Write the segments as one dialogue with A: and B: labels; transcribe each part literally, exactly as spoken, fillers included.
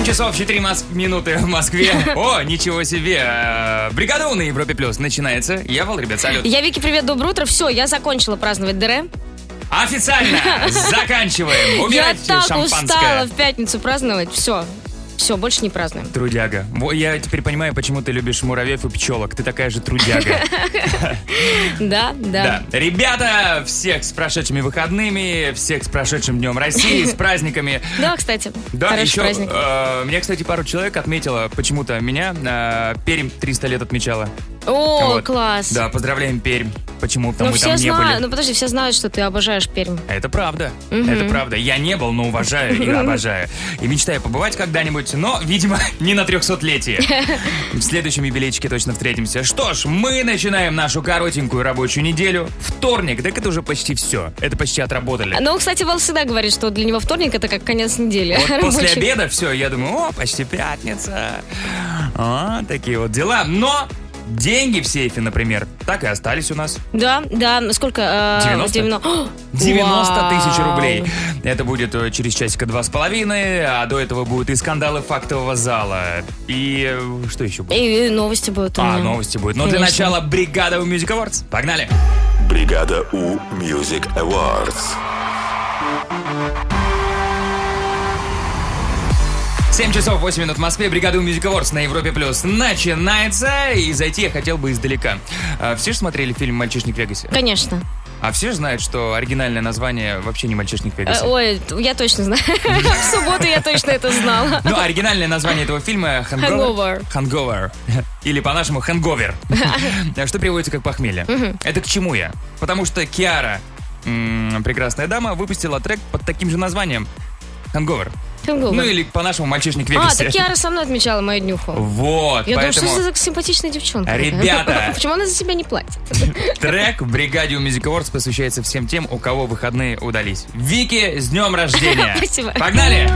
A: часов четыре минуты в Москве. О, ничего себе. Бригада У на Европе Плюс начинается. Я Вал, ребят, салют.
B: Я Вики, привет, доброе утро. Все, я закончила праздновать ДР.
A: Официально заканчиваем. Убирайте
B: я так
A: шампанское.
B: устала в пятницу праздновать. Все. Все, больше не празднуем.
A: Трудяга. Я теперь понимаю, почему ты любишь муравьев и пчелок. Ты такая же трудяга.
B: Да, да.
A: Ребята, всех с прошедшими выходными, всех с прошедшим Днем России, с праздниками.
B: Да, кстати.
A: Да, еще.
B: Праздник.
A: Мне, кстати, пару человек отметила почему-то меня. Пермь триста лет отмечала.
B: О, вот. Класс.
A: Да, поздравляем Пермь. Почему? Потому
B: мы
A: там не
B: знают,
A: были.
B: Ну подожди, все знают, что ты обожаешь Пермь.
A: Это правда.
B: Угу.
A: Это правда. Я не был, но уважаю и обожаю. И мечтаю побывать когда-нибудь, но, видимо, не на трехсотлетие. В следующем юбилейчике точно встретимся. Что ж, мы начинаем нашу коротенькую рабочую неделю. Вторник, так это уже почти все. Это почти отработали.
B: Ну, кстати, Вал всегда говорит, что для него вторник это как конец недели.
A: Вот после обеда все, я думаю, о, почти пятница. А, такие вот дела. Но деньги в сейфе, например, так и остались у нас.
B: Да, да. Сколько?
A: девяносто? девяносто тысяч рублей. Это будет через часика два с половиной, а до этого будут и скандалы фактового зала. И что еще будет?
B: И новости будут.
A: А, новости будут. Но для начала бригада У Music Awards. Погнали.
C: Бригада У Music Awards.
A: семь часов восемь минут в Москве. Бригада У Music Awards на Европе Плюс начинается. И зайти я хотел бы издалека. Все же смотрели фильм «Мальчишник в Вегасе»?
B: Конечно.
A: А все же знают, что оригинальное название вообще не «Мальчишник в Вегасе»?
B: Ой, я точно знаю. В субботу я точно это знала.
A: Ну, оригинальное название этого фильма «Hangover». «Hangover». Или по-нашему «Hangover». Что переводится как «похмелье». Это к чему я? Потому что Киара, прекрасная дама, выпустила трек под таким же названием «Hangover».
B: Hangover.
A: Ну или по-нашему «Мальчишник в Вегасе».
B: А, так Киара со мной отмечала мою днюху.
A: Вот,
B: Я
A: поэтому...
B: думаю, что за симпатичная девчонка.
A: Ребята!
B: Почему она за себя не платит?
A: Трек в бригаде У Music Awards посвящается всем тем, у кого выходные удались. Вики, с днем рождения!
B: Спасибо.
A: Погнали!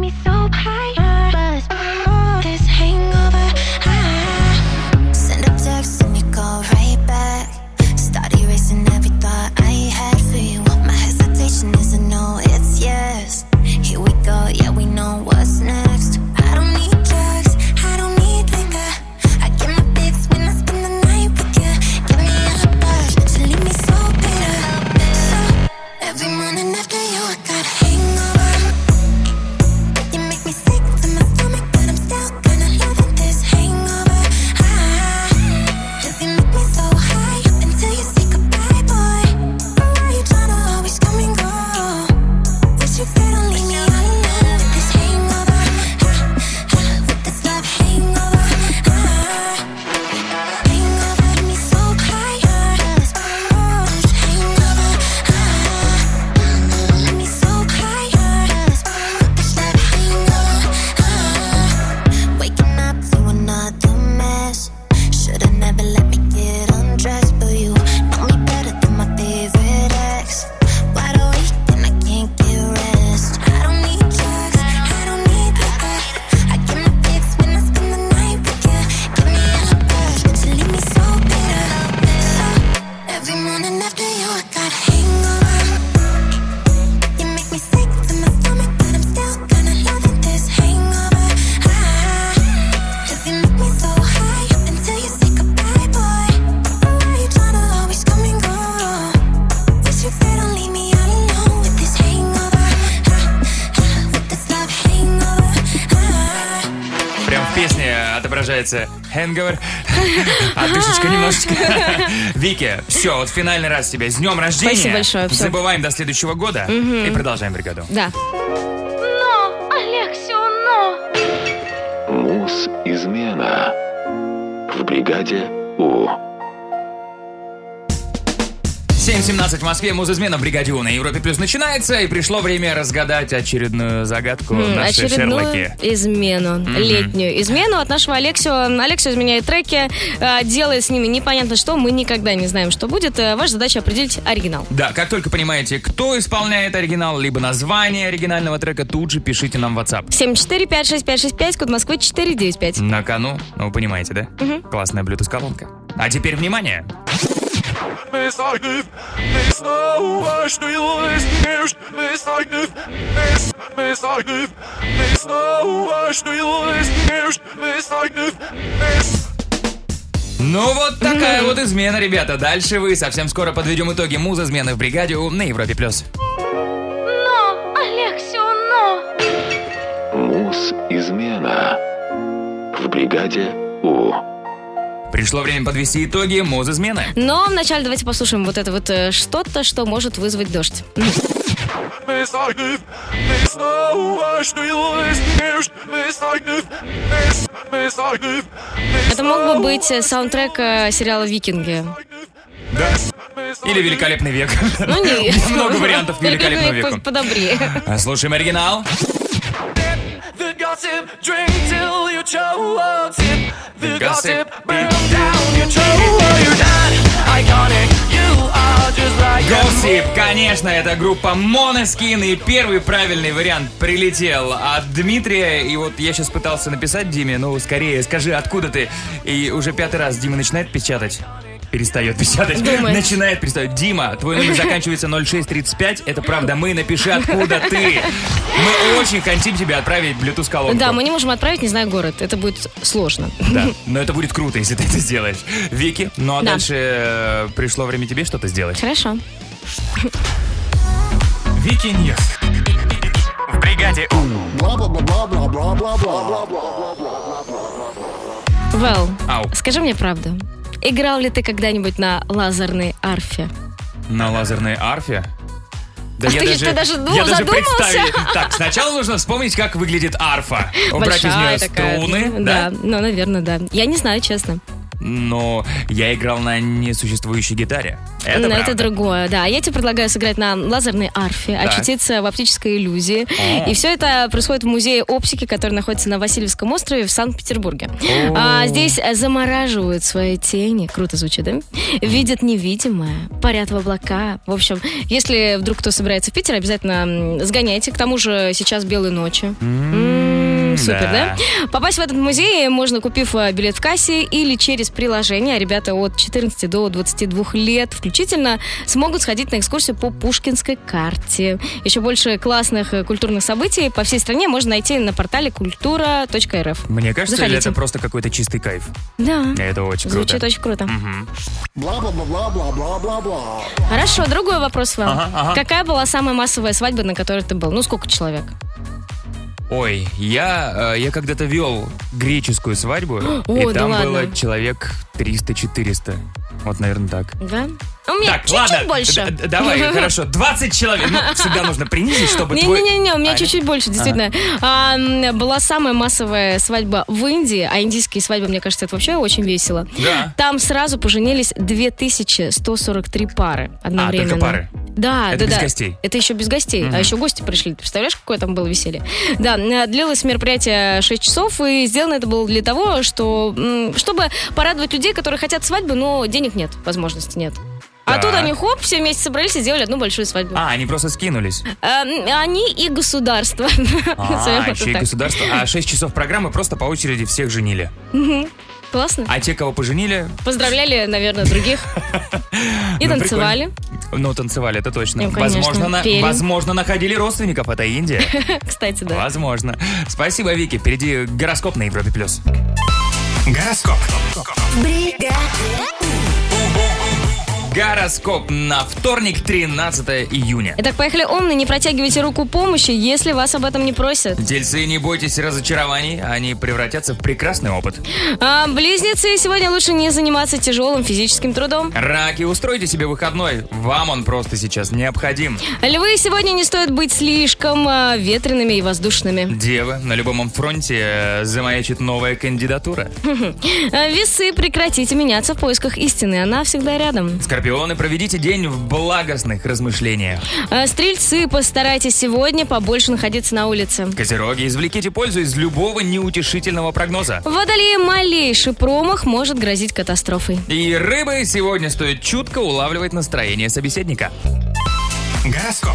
D: Yeah, we know what's next. I don't need drugs, I don't need liquor. I get my fix when I spend the night with you. Give me a buzz, but you leave me so bitter. So, every morning after you, I got a hangover. You make me sick to my stomach, but I'm still gonna live in this hangover. Ah, does it make me so high until you say goodbye, boy? Why you tryna always come and go? Wish you could only leave me alone.
A: Hangover. Отдышечка немножечко. Вики, все, вот финальный раз тебе. С днем рождения.
B: Спасибо большое. Все.
A: Забываем до следующего года. Угу. И продолжаем бригаду.
B: Да.
D: Но, Алексио, но.
C: Муз-измена в бригаде У.
A: семь семнадцать в Москве, Муз-измена в бригаде У на Европе Плюс начинается, и пришло время разгадать очередную загадку mm, нашей
B: очередную
A: Шерлоки.
B: измену, mm-hmm. летнюю измену от нашего Алексио. Алексио изменяет треки, делает с ними непонятно что, мы никогда не знаем, что будет. Ваша задача определить оригинал.
A: Да, как только понимаете, кто исполняет оригинал, либо название оригинального трека, тут же пишите нам в WhatsApp.
B: семь четыре пять шесть пять шесть пять, код Москвы четыре девять пять.
A: На кону, ну вы понимаете, да? Mm-hmm. Классная Bluetooth-колонка. А теперь внимание! Ну вот такая вот измена, ребята. Дальше вы. Совсем скоро подведем итоги муз-измены в бригаде У на Европе+. плюс.
B: Но, Алексио, но.
C: Муз-измена в бригаде У.
A: Пришло время подвести итоги муз-измены.
B: Но вначале давайте послушаем вот это вот э, что-то, что может вызвать дождь. Это мог бы быть э, саундтрек э, сериала «Викинги».
A: Да. Или «Великолепный век».
B: Ну, не.
A: Много вариантов к «Великолепному веку».
B: Подобрее.
A: Слушаем оригинал. Gossip, конечно, это группа Måneskin, и первый правильный вариант прилетел от Дмитрия. И вот я сейчас пытался написать Диме, ну скорее, скажи, откуда ты? И уже пятый раз Дима начинает печатать. Перестает печатать.
B: Думает.
A: Начинает перестать. Дима, твой номер заканчивается ноль шесть тридцать пять. Это правда мы. Напиши, откуда ты. Мы очень хотим тебе отправить Bluetooth-колонку.
B: Да, мы не можем отправить, не зная город. Это будет сложно.
A: Да, но это будет круто, если ты это сделаешь. Вики, ну а
B: Да.
A: дальше э, пришло время тебе что-то сделать.
B: Хорошо.
A: Вики Ньюс. В бригаде У.
B: Вэл,
A: Ау.
B: скажи мне правду. Играл ли ты когда-нибудь на лазерной арфе?
A: На лазерной арфе? Да
B: А ты- ты даже думал,
A: я даже
B: задумался?
A: представить. Так, сначала нужно вспомнить, как выглядит арфа. Убрать из
B: Большая
A: нее
B: такая.
A: струны,
B: Да,
A: да?
B: ну, наверное, да. Я не знаю, честно.
A: Но я играл на несуществующей гитаре. Это
B: Но
A: правда.
B: это другое, да. Я тебе предлагаю сыграть на лазерной арфе,
A: Так.
B: очутиться в оптической иллюзии.
A: О.
B: И все это происходит в музее оптики, который находится на Васильевском острове в Санкт-Петербурге. А, здесь замораживают свои тени. Круто звучит, да? Видят невидимое, парят в облака. В общем, если вдруг кто собирается в Питер, обязательно м, сгоняйте. К тому же сейчас белые ночи. М, Супер,
A: да.
B: да? Попасть в этот музей можно, купив э, билет в кассе или через приложение. А ребята от четырнадцати до двадцати двух лет включительно смогут сходить на экскурсию по Пушкинской карте. Еще больше классных э, культурных событий по всей стране можно найти на портале культура точка эр эф.
A: Мне кажется,
B: Заходите.
A: это просто какой-то чистый кайф.
B: Да.
A: Это очень круто.
B: Звучит очень круто.
A: Мгм.
B: Хорошо, другой вопрос вам.
A: Ага, ага.
B: Какая была самая массовая свадьба, на которой ты был? Ну, сколько человек?
A: Ой, я, э, я когда-то вел греческую свадьбу,
B: О,
A: и
B: да
A: там
B: ладно.
A: было человек триста-четыреста. Вот, наверное, так.
B: Да? У меня
A: Так,
B: чуть-чуть
A: ладно,
B: больше.
A: д- д- давай, хорошо, двадцать человек. Ну, всегда нужно принизить, чтобы твой...
B: Не-не-не, у меня
A: А,
B: чуть-чуть больше, действительно. А, м, была самая массовая свадьба в Индии, а индийские свадьбы, мне кажется, это вообще очень весело.
A: Да.
B: Там сразу поженились две тысячи сто сорок три пары одновременно.
A: только пары?
B: Да,
A: Это
B: да,
A: без
B: да.
A: гостей?
B: Это еще без гостей, а еще гости пришли. Ты представляешь, какое там было веселье? Да, э, длилось мероприятие шесть часов, и сделано это было для того, что, м, чтобы порадовать людей, которые хотят свадьбы, но денег нет, возможности нет. А
A: Так.
B: тут они, хоп, все вместе собрались и сделали одну большую свадьбу.
A: А, они просто скинулись.
B: А, они и государство. Назовем
A: А,
B: это
A: еще и
B: так.
A: государство. А шесть часов программы просто по очереди всех женили.
B: Классно.
A: А те, кого поженили...
B: Поздравляли, наверное, других. И
A: ну,
B: танцевали.
A: прикольно. Ну, танцевали, это точно.
B: Ну, конечно,
A: возможно, на-
B: пели.
A: возможно, находили родственников, это Индия.
B: Кстати, да.
A: Возможно. Спасибо, Вики. Впереди гороскоп на Европе+. плюс. Гороскоп. Гороскоп на вторник, тринадцатое июня.
B: Итак, поехали, умные, не протягивайте руку помощи, если вас об этом не просят.
A: Дельцы, не бойтесь разочарований, они превратятся в прекрасный опыт.
B: А, близнецы, сегодня лучше не заниматься тяжелым физическим трудом.
A: Раки, устройте себе выходной, вам он просто сейчас необходим.
B: Львы, сегодня не стоит быть слишком а, ветреными и воздушными.
A: Девы, на любом фронте э, замаячит новая кандидатура.
B: А, весы, прекратите меняться в поисках истины, она всегда рядом.
A: Скорпионы, проведите день в благостных размышлениях.
B: А, стрельцы, постарайтесь сегодня побольше находиться на улице.
A: Козероги, извлеките пользу из любого неутешительного прогноза.
B: Водолеи, малейший промах может грозить катастрофой.
A: И рыбы, сегодня стоит чутко улавливать настроение собеседника. Гороскоп.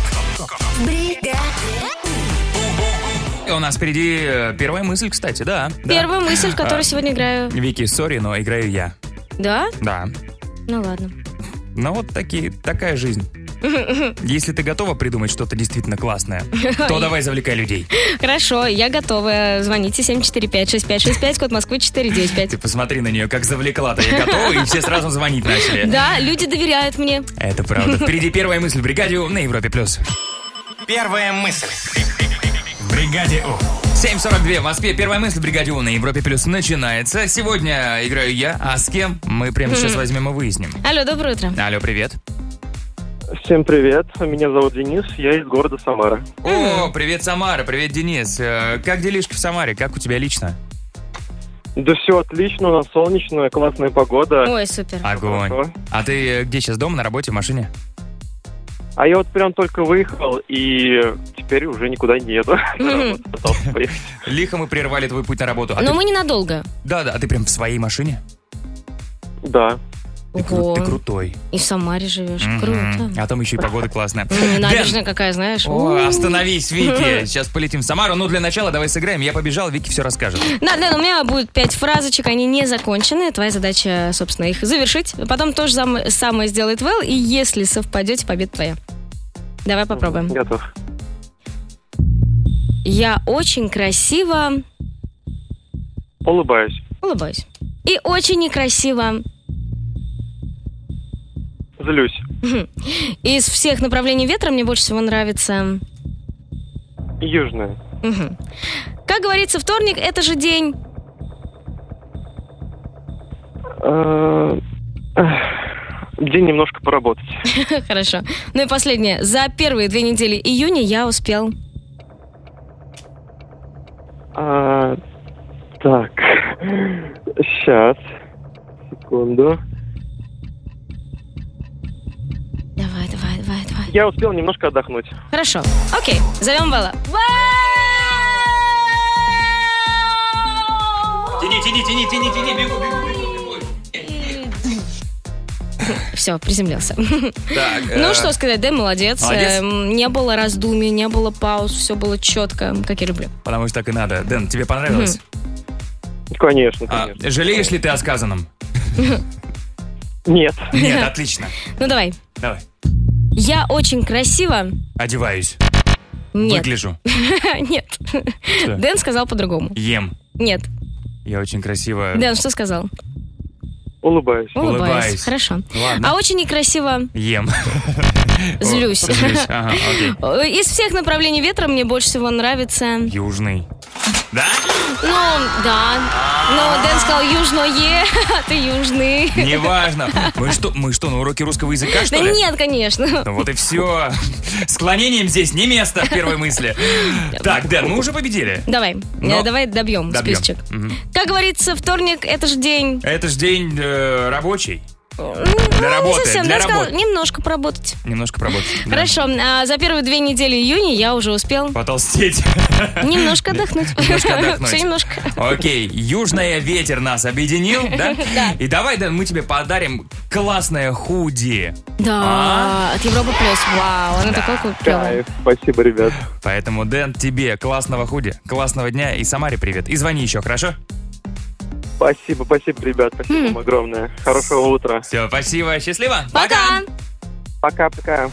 A: И у нас впереди э, первая мысль, кстати, да. да.
B: Первая мысль, в которой
A: А,
B: сегодня играю.
A: Вики, сори, но играю я.
B: Да?
A: Да.
B: Ну ладно.
A: Ну вот такие, такая жизнь. Если ты готова придумать что-то действительно классное, то давай завлекай людей.
B: Хорошо, я готова. Звоните семь четыре пять шесть пять шесть пять, код Москвы четыре девять пять.
A: Ты посмотри на нее, как завлекла-то. Я готова, и все сразу звонить начали.
B: Да, люди доверяют мне.
A: Это правда. Впереди первая мысль в бригаде У на Европе плюс.
E: Первая мысль в бригаде У.
A: семь сорок два в Москве. Первая мысль в бригаде У на Европе плюс начинается. Сегодня играю я, а с кем мы прямо сейчас возьмем и выясним.
B: Алло, доброе утро.
A: Алло, привет.
F: Всем привет, меня зовут Денис, я из города Самара.
A: О, привет, Самара, привет, Денис. Э, Как делишки в Самаре, как у тебя лично?
F: Да все отлично, у нас солнечная, классная погода.
B: Ой, супер.
A: Огонь.
F: Хорошо.
A: А ты э, где сейчас, дома, на работе, в машине?
F: А я вот прям только выехал, и теперь уже никуда не еду. На работу пытался поехать.
A: Лихо мы прервали твой путь на работу. А
B: Но
A: ты-
B: мы ненадолго.
A: Да, да, а ты прям в своей машине?
F: Да.
A: Ты, кру-
B: Ого.
A: ты крутой.
B: И в Самаре живешь.
A: Мгм.
B: Круто.
A: А там еще и погода классная.
B: Ну, и набережная
A: Дэн,
B: какая, знаешь.
A: О,
B: У-у-у.
A: остановись, Вики. Сейчас полетим в Самару. Ну, для начала давай сыграем. Я побежал, Вики все расскажет.
B: Да, да, у меня будет пять фразочек, они не закончены. Твоя задача, собственно, их завершить. Потом тоже зам- самое сделает Вэл, и если совпадете, победа твоя. Давай попробуем.
F: Готов.
B: Я очень красиво
F: Улыбаюсь.
B: улыбаюсь. И очень некрасиво.
F: Злюсь.
B: Из всех направлений ветра мне больше всего нравится...
F: Южная.
B: Мгм. Как говорится, вторник — это же день...
F: Э, эх, День немножко поработать.
B: Хорошо. Ну и последнее. За первые две недели июня я успел...
F: А, Так. Сейчас. Секунду.
B: Давай, давай, давай, давай.
F: Я успел немножко отдохнуть.
B: Хорошо. Окей. Зовем Вэлла.
A: Тяни, тяни, тяни, тяни, тяни, бегу, бегу, бегу, бегу.
B: Все, приземлился.
A: Так,
B: Ну,
A: э,
B: что сказать, да, молодец.
A: молодец.
B: Эм, Не было раздумий, не было пауз, все было четко, как я люблю.
A: Потому что так и надо. Дэн, тебе понравилось?
F: Конечно,
A: А,
F: конечно.
A: жалеешь ли ты о сказанном?
F: Нет.
A: Нет, отлично.
B: Ну, давай.
A: Давай.
B: Я очень красиво...
A: Одеваюсь.
B: Нет.
A: Выгляжу.
B: Нет.
A: Что?
B: Дэн сказал по-другому.
A: Ем.
B: Нет.
A: Я очень красиво
B: Дэн, что сказал?
F: Улыбаюсь.
B: Улыбаюсь.
A: Улыбаюсь.
B: Хорошо.
A: Ладно.
B: А очень некрасиво
A: ем.
B: злюсь.
A: О, Злюсь. Ага, окей.
B: Из всех направлений ветра мне больше всего нравится...
A: Южный. Да?
B: Ну, да. Но Дэн сказал южное, а ты южный.
A: Неважно. Мы что, мы что, на уроке русского языка, что
B: Да
A: ли?
B: нет, конечно.
A: Ну вот и все. Склонением здесь не место в первой мысли. Так, Дэн, мы уже победили.
B: Давай,
A: Но-
B: э, давай добьем,
A: Добьем.
B: списочек.
A: Мгм.
B: Как говорится, вторник — это же день...
A: Это ж день э, рабочий.
B: Ну,
A: Для работы,
B: не совсем,
A: для
B: Дэн сказал,
A: работы.
B: немножко поработать.
A: Немножко поработать. Да.
B: Хорошо, а за первые две недели июня я уже успел
A: Потолстеть.
B: немножко отдохнуть.
A: Немножко отдохнуть.
B: Все немножко.
A: Окей, южный ветер нас объединил, да?
B: Да.
A: И давай, Дэн, мы тебе подарим классное худи.
B: Да, от Европы плюс. Вау, она такой клевая.
F: Кайф. Спасибо, ребят.
A: Поэтому, Дэн, тебе классного худи, классного дня и Самаре привет. И звони еще, хорошо?
F: Спасибо, спасибо, ребят. Спасибо вам огромное. Хорошего утра.
A: Все, спасибо, счастливо.
B: Пока!
F: Пока-пока.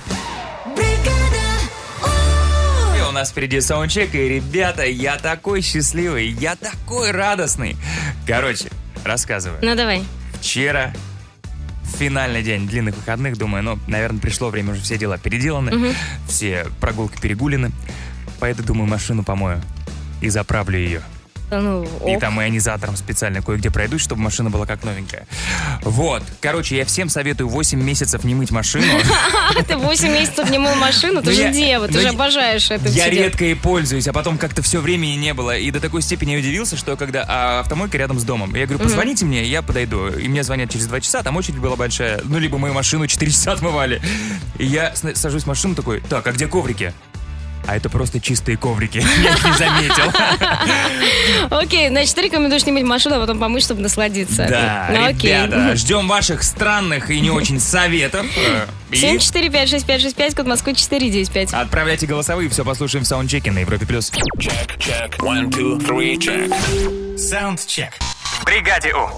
A: И у нас впереди саундчек, и, ребята, я такой счастливый, я такой радостный. Короче, рассказываю.
B: Ну давай.
A: Вчера финальный день длинных выходных, думаю, ну, наверное, пришло время, уже все дела переделаны, все прогулки перегулены. Поеду, думаю, машину помою и заправлю ее.
B: Ну,
A: И
B: ок.
A: там ионизатором специально кое-где пройдусь, чтобы машина была как новенькая. Вот. Короче, я всем советую восемь месяцев не мыть машину.
B: Ты восемь месяцев не мыл машину, ты
A: Ну,
B: же
A: я-
B: дева, ты
A: ну,
B: же
A: я-
B: обожаешь это
A: Я
B: все делать.
A: редко и пользуюсь, а потом как-то все времени не было. И до такой степени я удивился, что когда а, автомойка рядом с домом. Я говорю, позвоните мне, я подойду. И мне звонят через два часа, там очередь была большая. Ну, либо мою машину четыре часа отмывали. И я сна- сажусь в машину такой, так, а где коврики? А это просто чистые коврики. Я их не заметил.
B: Окей, значит, ты рекомендуешь не мыть машину, а потом помыть, чтобы насладиться.
A: Да,
B: Ну, окей.
A: ребята, ждем ваших странных и не очень советов. Э, и
B: семь четыре пять шесть пять шесть пять, код Москвы четыре девять пять.
A: Отправляйте голосовые, все послушаем в саундчеке на Европе+. плюс.
E: Чек, чек, one, two, three, check. Саундчек. В бригаде У.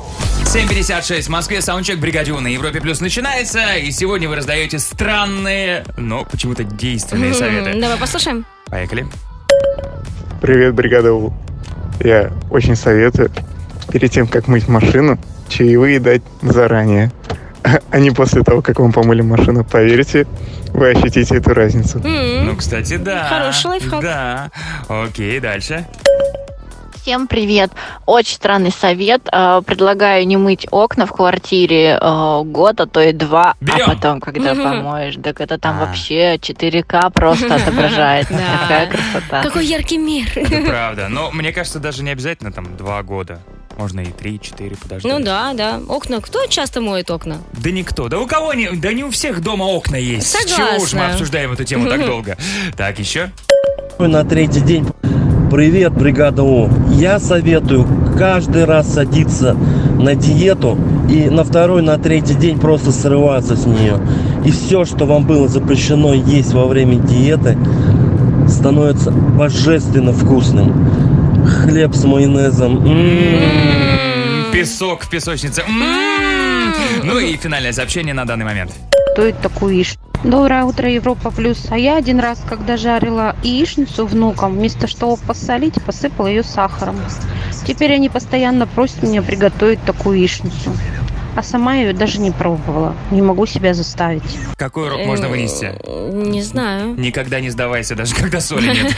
A: семь пятьдесят шесть в Москве, саундчек «Бригаде У» на Европе Плюс начинается. И сегодня вы раздаете странные, но почему-то действенные советы.
B: Давай послушаем.
A: Поехали.
G: Привет, бригада У. Я очень советую перед тем, как мыть машину, чаевые дать заранее, а не после того, как вам помыли машину. Поверьте, вы ощутите эту разницу.
B: М-м.
A: Ну, кстати, да.
B: Хороший лайфхак.
A: Да. Окей, дальше.
H: Всем привет. Очень странный совет. Э, Предлагаю не мыть окна в квартире э, год, а то и два,
A: Берем.
H: а потом, когда помоешь, так это там
A: А.
H: вообще четыре ка просто отображает.
B: Да.
H: Такая красота.
B: Какой яркий мир.
A: Это правда. Но мне кажется, даже не обязательно там два года. Можно и три-четыре подождать.
B: Ну да, да. Окна. Кто часто моет окна?
A: Да никто. Да у кого не... Да не у всех дома окна есть.
B: Согласна.
A: Чего уж мы обсуждаем эту тему так долго. Так, еще?
I: На третий день. Привет, бригада У. Я советую каждый раз садиться на диету и на второй, на третий день просто срываться с нее. И все, что вам было запрещено есть во время диеты, становится божественно вкусным. Хлеб с майонезом. М-м-м.
A: Песок в песочнице. М-м-м. Ну и финальное сообщение на данный момент.
J: Стоит такую яичницу. Доброе утро, Европа Плюс. А я один раз, когда жарила яичницу внукам, вместо того посолить, посыпала ее сахаром. Теперь они постоянно просят меня приготовить такую яичницу. А сама ее даже не пробовала. Не могу себя заставить.
A: Какой урок можно вынести?
B: Э, Не знаю.
A: Никогда не сдавайся, даже когда соли нет.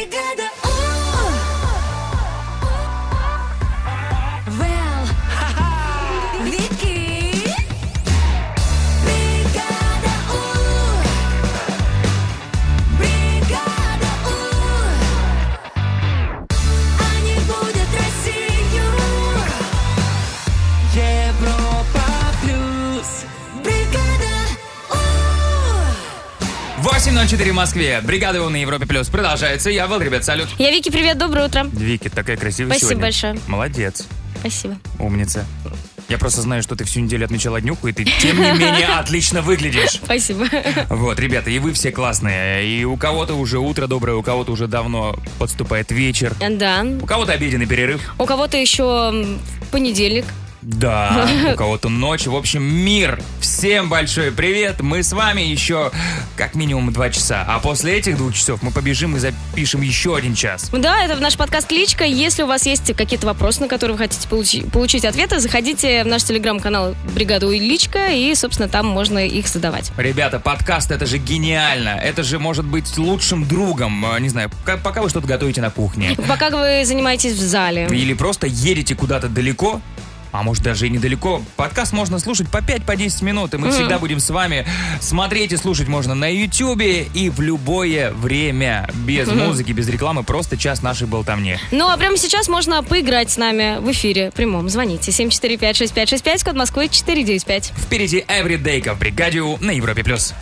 A: восемь ноль четыре в Москве. Бригада У на Европе Плюс продолжается. Я был, ребят, салют.
B: Я Вики, привет, доброе утро.
A: Вики, такая красивая
B: Спасибо
A: сегодня.
B: большое.
A: Молодец.
B: Спасибо.
A: Умница. Я просто знаю, что ты всю неделю отмечала днюху, и ты, тем не менее, отлично выглядишь.
B: Спасибо.
A: Вот, ребята, и вы все классные. И у кого-то уже утро доброе, у кого-то уже давно подступает вечер.
B: Да.
A: У кого-то обеденный перерыв.
B: У кого-то еще м, понедельник.
A: Да, у кого-то ночь. В общем, мир. Всем большой привет. Мы с вами еще как минимум два часа. А после этих двух часов мы побежим и запишем еще один час.
B: Да, это наш подкаст «Личка». Если у вас есть какие-то вопросы, на которые вы хотите получи- получить ответы, заходите в наш телеграм-канал «Бригада У» и «Личка», и, собственно, там можно их задавать.
A: Ребята, подкаст — это же гениально. Это же может быть лучшим другом. э, Не знаю, к- пока вы что-то готовите на кухне.
B: Пока вы занимаетесь в зале.
A: Или просто едете куда-то далеко. А может даже и недалеко. Подкаст можно слушать по пять-десять минут, и мы
B: Мгм.
A: всегда будем с вами. Смотреть и слушать можно на Ютубе и в любое время. Без
B: Мгм.
A: музыки, без рекламы, просто час нашей болтовни.
B: Ну, а прямо сейчас можно поиграть с нами в эфире прямом. Звоните семь четыре пять шесть пять шесть пять, код Москвы четыре девять пять.
A: Впереди Everydayка в Бригаде У на Европе+. плюс.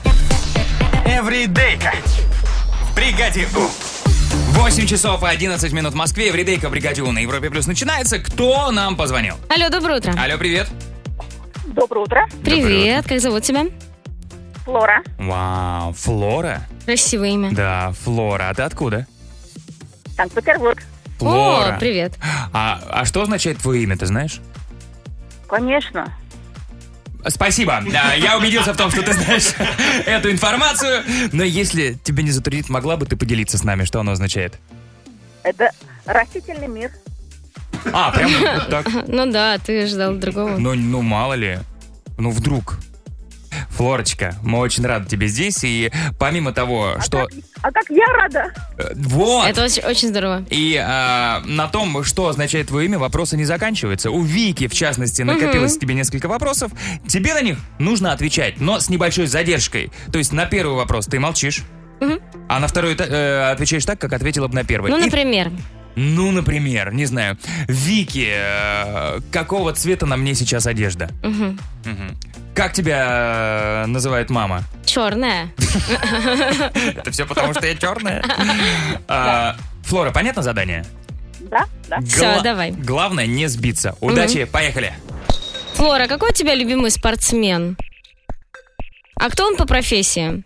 E: Эвридейка в Бригаде У.
A: восемь часов и одиннадцать минут в Москве. Everydayка в Бригаде У на Европе+. плюс начинается. Кто нам позвонил?
B: Алло, доброе утро.
A: Алло, привет.
K: Доброе утро.
B: Привет, как зовут тебя?
K: Флора.
A: Вау, Флора?
B: Красивое имя.
A: Да, Флора. А ты откуда?
K: Санкт-Петербург.
A: Флора.
B: О, привет.
A: А, а что означает твое имя, ты знаешь?
K: Конечно.
A: Спасибо. Да, я убедился в том, что ты знаешь эту информацию. Но если тебе не затруднит, могла бы ты поделиться с нами, что оно означает?
K: Это растительный мир.
A: А, прям вот так.
B: Ну да, ты ждал другого.
A: Ну, ну, мало ли. Ну, вдруг. Флорочка, мы очень рады тебе здесь. И помимо того, что...
K: А как я рада.
A: э, Вот!
B: Это очень, очень здорово.
A: И а, на том, что означает твое имя, вопросы не заканчиваются. У Вики, в частности, накопилось к тебе несколько вопросов. Тебе на них нужно отвечать, но с небольшой задержкой. То есть на первый вопрос ты молчишь,
B: Мгм.
A: а на второй э, отвечаешь так, как ответила бы на первый.
B: Ну,
A: И-
B: например.
A: ну, например, не знаю. Вики, э, какого цвета на мне сейчас одежда?
B: Мгм.
A: Мгм. Как тебя э, называет мама?
B: Черная.
A: Это все потому, что я черная? А, Флора, понятно задание?
K: Да, да.
B: Всё,
A: Гла-
B: давай.
A: Главное не сбиться. Удачи, поехали.
B: Флора, какой у тебя любимый спортсмен? А кто он по профессии?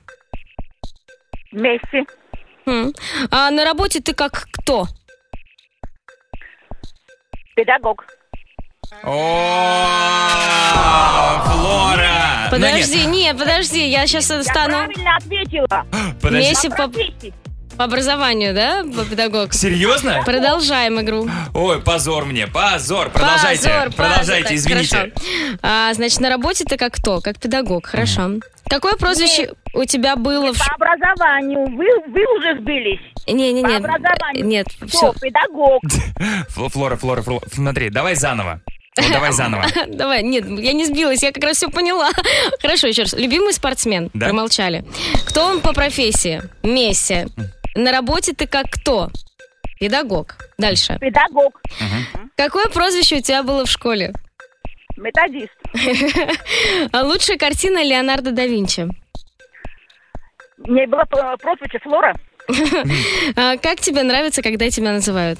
K: Месси.
B: Хм. А на работе ты как кто?
K: Педагог.
A: О, Флора!
B: Подожди, нет, подожди, я сейчас
K: Я
B: стану...
K: правильно ответила.
A: Подожди.
B: Месси по... по образованию, да, по педагог?
A: Серьезно?
B: Продолжаем игру.
A: Ой, позор мне, позор. Продолжайте,
B: Позор,
A: продолжайте,
B: позор.
A: извините.
B: Хорошо. А, значит, на работе ты как кто? Как педагог, хорошо. Какое прозвище у тебя было в...
K: По образованию вы, вы уже сбились.
B: Не-не-не.
K: По образованию.
B: Нет,
K: Кто?
B: все.
K: Педагог.
A: Фло- Флора, Флора, Флора, смотри, давай заново. Вот давай заново.
B: Давай, нет, я не сбилась, я как раз все поняла. Хорошо, еще раз. Любимый спортсмен.
A: Да?
B: Промолчали. Кто он по профессии? Месси. На работе ты как кто? Педагог. Дальше.
K: Педагог.
B: Какое прозвище у тебя было в школе?
K: Методист.
B: А лучшая картина Леонардо да Винчи.
K: Мне было п- прозвище Флора.
B: А как тебе нравится, когда тебя называют?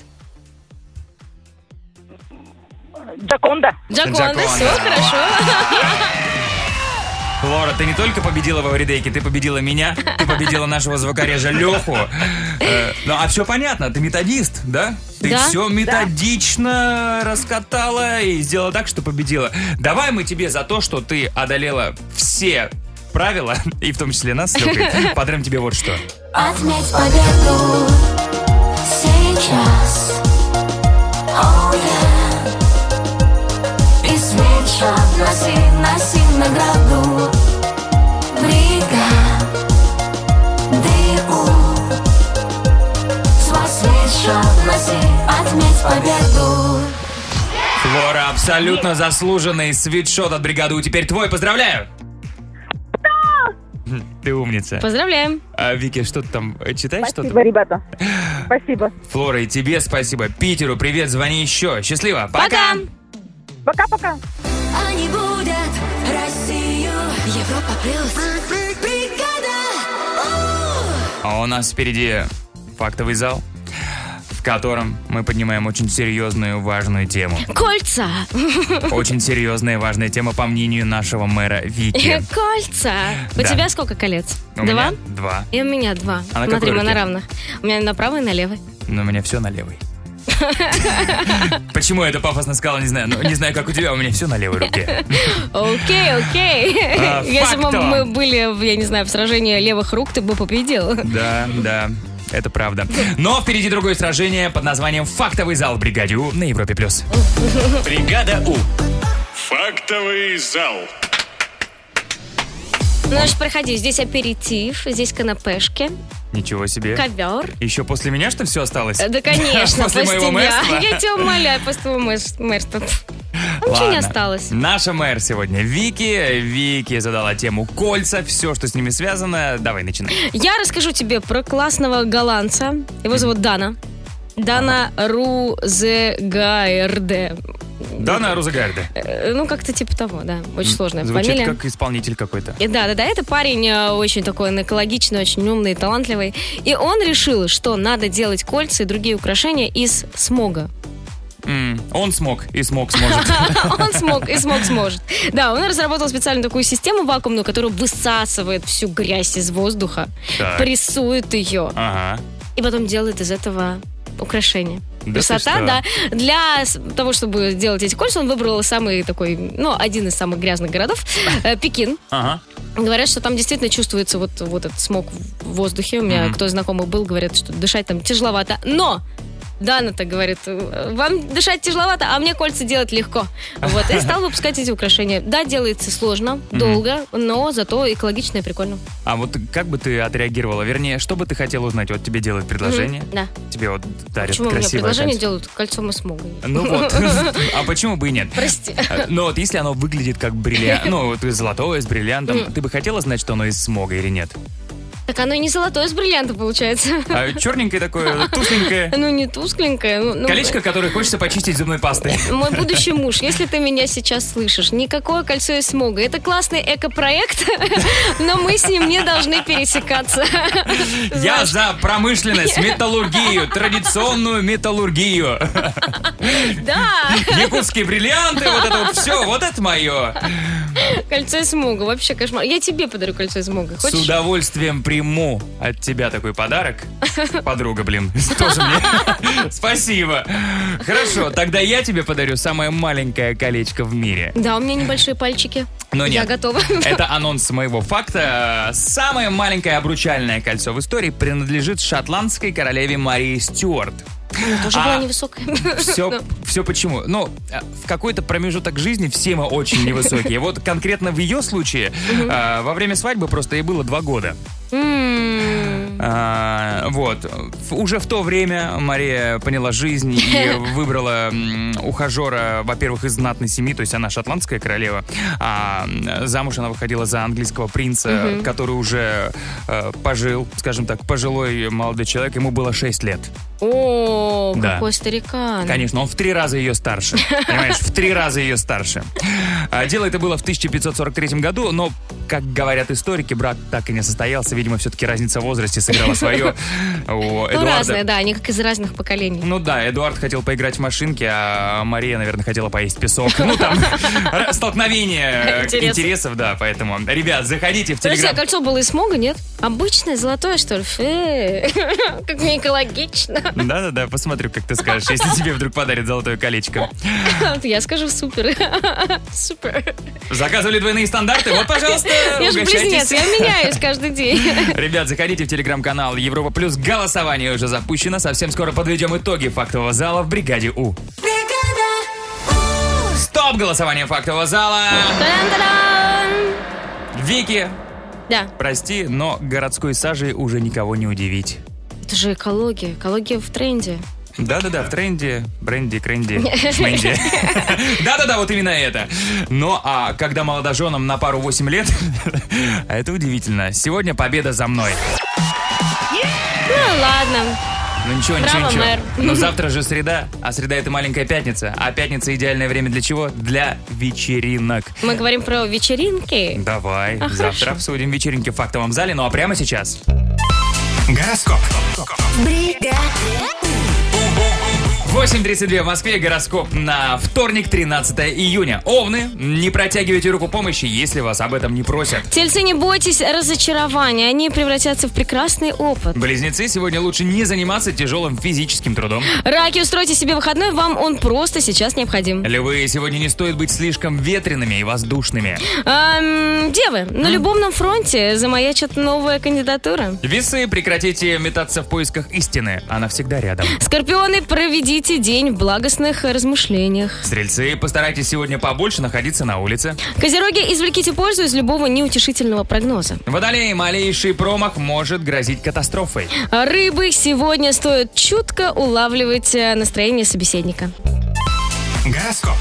K: Джаконда.
B: Джаконда,
A: Джаконда.
B: все хорошо.
A: Флора, ты не только победила в Эвридейке, ты победила меня, ты победила нашего звукорежа Леху. Э, ну, а все понятно, ты методист, да? Ты
B: Да.
A: все методично раскатала и сделала так, что победила. Давай мы тебе за то, что ты одолела все правила, и в том числе нас с Лехой, подарим тебе вот что.
D: Отметь победу сейчас. Oh, yeah. И свечат носи, носи награду. Бригадыу. Свой свечат носи, отметь победу.
A: Флора, абсолютно заслуженный свитшот от бригады. Теперь твой, поздравляю! Ты умница.
B: Поздравляем.
A: А, Вики, что ты там э, читаешь?
K: Спасибо,
A: что-то?
K: ребята. Спасибо.
A: Флора, и тебе спасибо. Питеру привет, звони еще. Счастливо. Пока.
K: Пока-пока.
D: Они будут Россию. Европа плюс. Бригада.
A: А у нас впереди фактовый зал, в котором мы поднимаем очень серьезную важную тему.
B: Кольца.
A: Очень серьезная и важная тема, по мнению нашего мэра Вики.
B: Кольца. У
A: Да.
B: тебя сколько колец?
A: У
B: Два?
A: меня два.
B: И у меня два.
A: А на
B: Смотри,
A: какой
B: мы
A: руке?
B: на равных. У меня на правой и на левой.
A: Но у меня все на левой. Почему я это пафосно сказала, не знаю. Ну, не знаю, как у тебя, у меня все на левой руке.
B: Окей, окей.
A: А,
B: Если бы
A: фактом.
B: мы были, в, я не знаю, в сражении левых рук, ты бы победил.
A: Да, да, это правда. Но впереди другое сражение под названием «Фактовый зал» в бригаде У на Европе+. плюс.
L: Бригада У. Фактовый зал.
B: Ну что, проходи. Здесь аперитив, здесь канапешки,
A: Ничего себе.
B: ковер.
A: Еще после меня, что ли, все осталось?
B: Да, конечно,
A: После моего
B: тебя.
A: мэрства?
B: Я тебя умоляю, после твоего мэрс- мэрства. Ну, ничего не
A: Ладно.
B: осталось.
A: Наша мэр сегодня Вики. Вики задала тему кольца, все, что с ними связано. Давай, начинай.
B: Я расскажу тебе про классного голландца. Его зовут Дана. Дана Рузегаерде.
A: Дана Рузегаерде.
B: Э, Ну, как-то типа того, да. Очень сложная
A: Звучит
B: фамилия.
A: как исполнитель какой-то.
B: И Да, да, да, это парень э, очень такой он экологичный, очень умный, талантливый. И он решил, что надо делать кольца и другие украшения из смога.
A: М, Он смог и смог сможет.
B: Он смог и смог сможет. Да, он разработал специальную такую систему вакуумную, которая высасывает всю грязь из воздуха,
A: Так.
B: прессует ее
A: Ага.
B: и потом делает из этого украшение.
A: Да ты
B: Красота,
A: что?
B: да. Для с- того, чтобы сделать эти кольца, он выбрал самый такой, ну, один из самых грязных городов, э, Пекин.
A: Ага.
B: Говорят, что там действительно чувствуется вот, вот этот смог в воздухе. У меня
A: Мгм.
B: кто из знакомых был, говорят, что дышать там тяжеловато. Но Дана-то говорит, вам дышать тяжеловато, а мне кольца делать легко. Вот, и стал выпускать эти украшения. Да, делается сложно, долго, но зато экологично и прикольно.
A: А вот как бы ты отреагировала? Вернее, что бы ты хотела узнать? Вот тебе делают предложение.
B: Мгм, да.
A: Тебе вот дарят
B: Почему мне
A: красивое
B: предложение
A: кольцо.
B: делают кольцом из смога?
A: Ну вот. А почему бы и нет?
B: Прости.
A: Но вот если оно выглядит как бриллиант, ну вот золотое с бриллиантом,
B: Мгм.
A: ты бы хотела знать, что оно из смога или нет?
B: Так оно и не золотое с бриллиантом получается.
A: А черненькое такое, тусленькое.
B: Ну, не тускленькое. ну- ну,
A: Колечко, которое хочется почистить зубной пастой.
B: Мой будущий муж, если ты меня сейчас слышишь, никакое кольцо из смога. Это классный эко-проект, но мы с ним не должны пересекаться.
A: Я за промышленность, металлургию, традиционную металлургию.
B: Да.
A: Якутские бриллианты, вот это вот все, вот это мое.
B: Кольцо из смога, вообще кошмар. Я тебе подарю кольцо из смога.
A: С удовольствием приму от тебя такой подарок. Подруга, блин, тоже мне. Спасибо. Хорошо, тогда я тебе подарю самое маленькое колечко в мире.
B: Да, у меня небольшие пальчики.
A: Но нет,
B: я готова.
A: Это анонс моего факта. Самое маленькое обручальное кольцо в истории принадлежит шотландской королеве Марии Стюарт.
B: Она тоже
A: А,
B: была невысокая.
A: Все, все почему? Ну, в какой-то промежуток жизни все мы очень невысокие. Вот конкретно в ее случае а, во время свадьбы просто ей было два года. А, вот. Уже в то время Мария поняла жизнь и выбрала м, ухажера, во-первых, из знатной семьи, то есть она шотландская королева, а замуж она выходила за английского принца,
B: Мгм.
A: который уже э, пожил, скажем так, пожилой молодой человек, ему было шесть лет.
B: О,
A: Да.
B: какой старикан.
A: Конечно, он в три раза ее старше. Понимаешь, в три раза ее старше. А, Дело это было в тысяча пятьсот сорок третьем году, но, как говорят историки, брак так и не состоялся. Видимо, все-таки разница в возрасте сыграла свое. У
B: Ну,
A: Эдуарда-
B: разные, да, они как из разных поколений.
A: Ну да, Эдуард хотел поиграть в машинки, а Мария, наверное, хотела поесть песок. Ну там р- столкновение
B: Интересов.
A: интересов, да, поэтому. Ребят, заходите в
B: Подожди, а
A: Телеграм.
B: кольцо было из смога, нет? Обычное, золотое, что ли? Фе. Как не экологично.
A: Да-да-да, посмотрю, как ты скажешь, если тебе вдруг подарят золотое колечко.
B: Я скажу супер. Супер.
A: Заказывали двойные стандарты? Вот, пожалуйста,
B: Я же
A: угощайтесь.
B: близнец, я меняюсь каждый день.
A: Ребят, заходите в телеграм-канал Европа Плюс. Голосование уже запущено. Совсем скоро подведем итоги фактового зала в бригаде У. Стоп! Голосование фактового зала. Вики,
B: Да,
A: прости, но городской сажей уже никого не удивить.
B: это же экология. Экология в тренде.
A: Да-да-да, в тренде, бренди, кренди, шменди. Да-да-да, вот именно это. Но а когда молодоженам на пару восемь лет, а это удивительно. Сегодня победа за мной.
B: Ну ладно.
A: Ну ничего, ничего,
B: Браво,
A: ничего.
B: мэр.
A: Но завтра же среда, а среда это маленькая пятница. А пятница идеальное время для чего? Для вечеринок.
B: Мы говорим про вечеринки.
A: Давай,
B: А,
A: завтра
B: хорошо.
A: обсудим вечеринки в фактовом зале. Ну а прямо сейчас...
L: Гороскоп.
A: восемь тридцать два в Москве, гороскоп на вторник, тринадцатое июня. Овны, не протягивайте руку помощи, если вас об этом не просят.
B: Тельцы, не бойтесь разочарования. Они превратятся в прекрасный опыт.
A: Близнецы, сегодня лучше не заниматься тяжелым физическим трудом.
B: Раки, устройте себе выходной, вам он просто сейчас необходим.
A: Львы, сегодня не стоит быть слишком ветреными и воздушными.
B: Ам, девы, на любовном фронте замаячит новая кандидатура.
A: Весы, прекратите метаться в поисках истины, она всегда рядом.
B: Скорпионы, проведите день в благостных размышлениях.
A: Стрельцы, постарайтесь сегодня побольше находиться на улице.
B: Козероги, извлеките пользу из любого неутешительного прогноза.
A: Водолеи, малейший промах может грозить катастрофой.
B: Рыбы, сегодня стоит чутко улавливать э, настроение собеседника.
L: Гороскоп.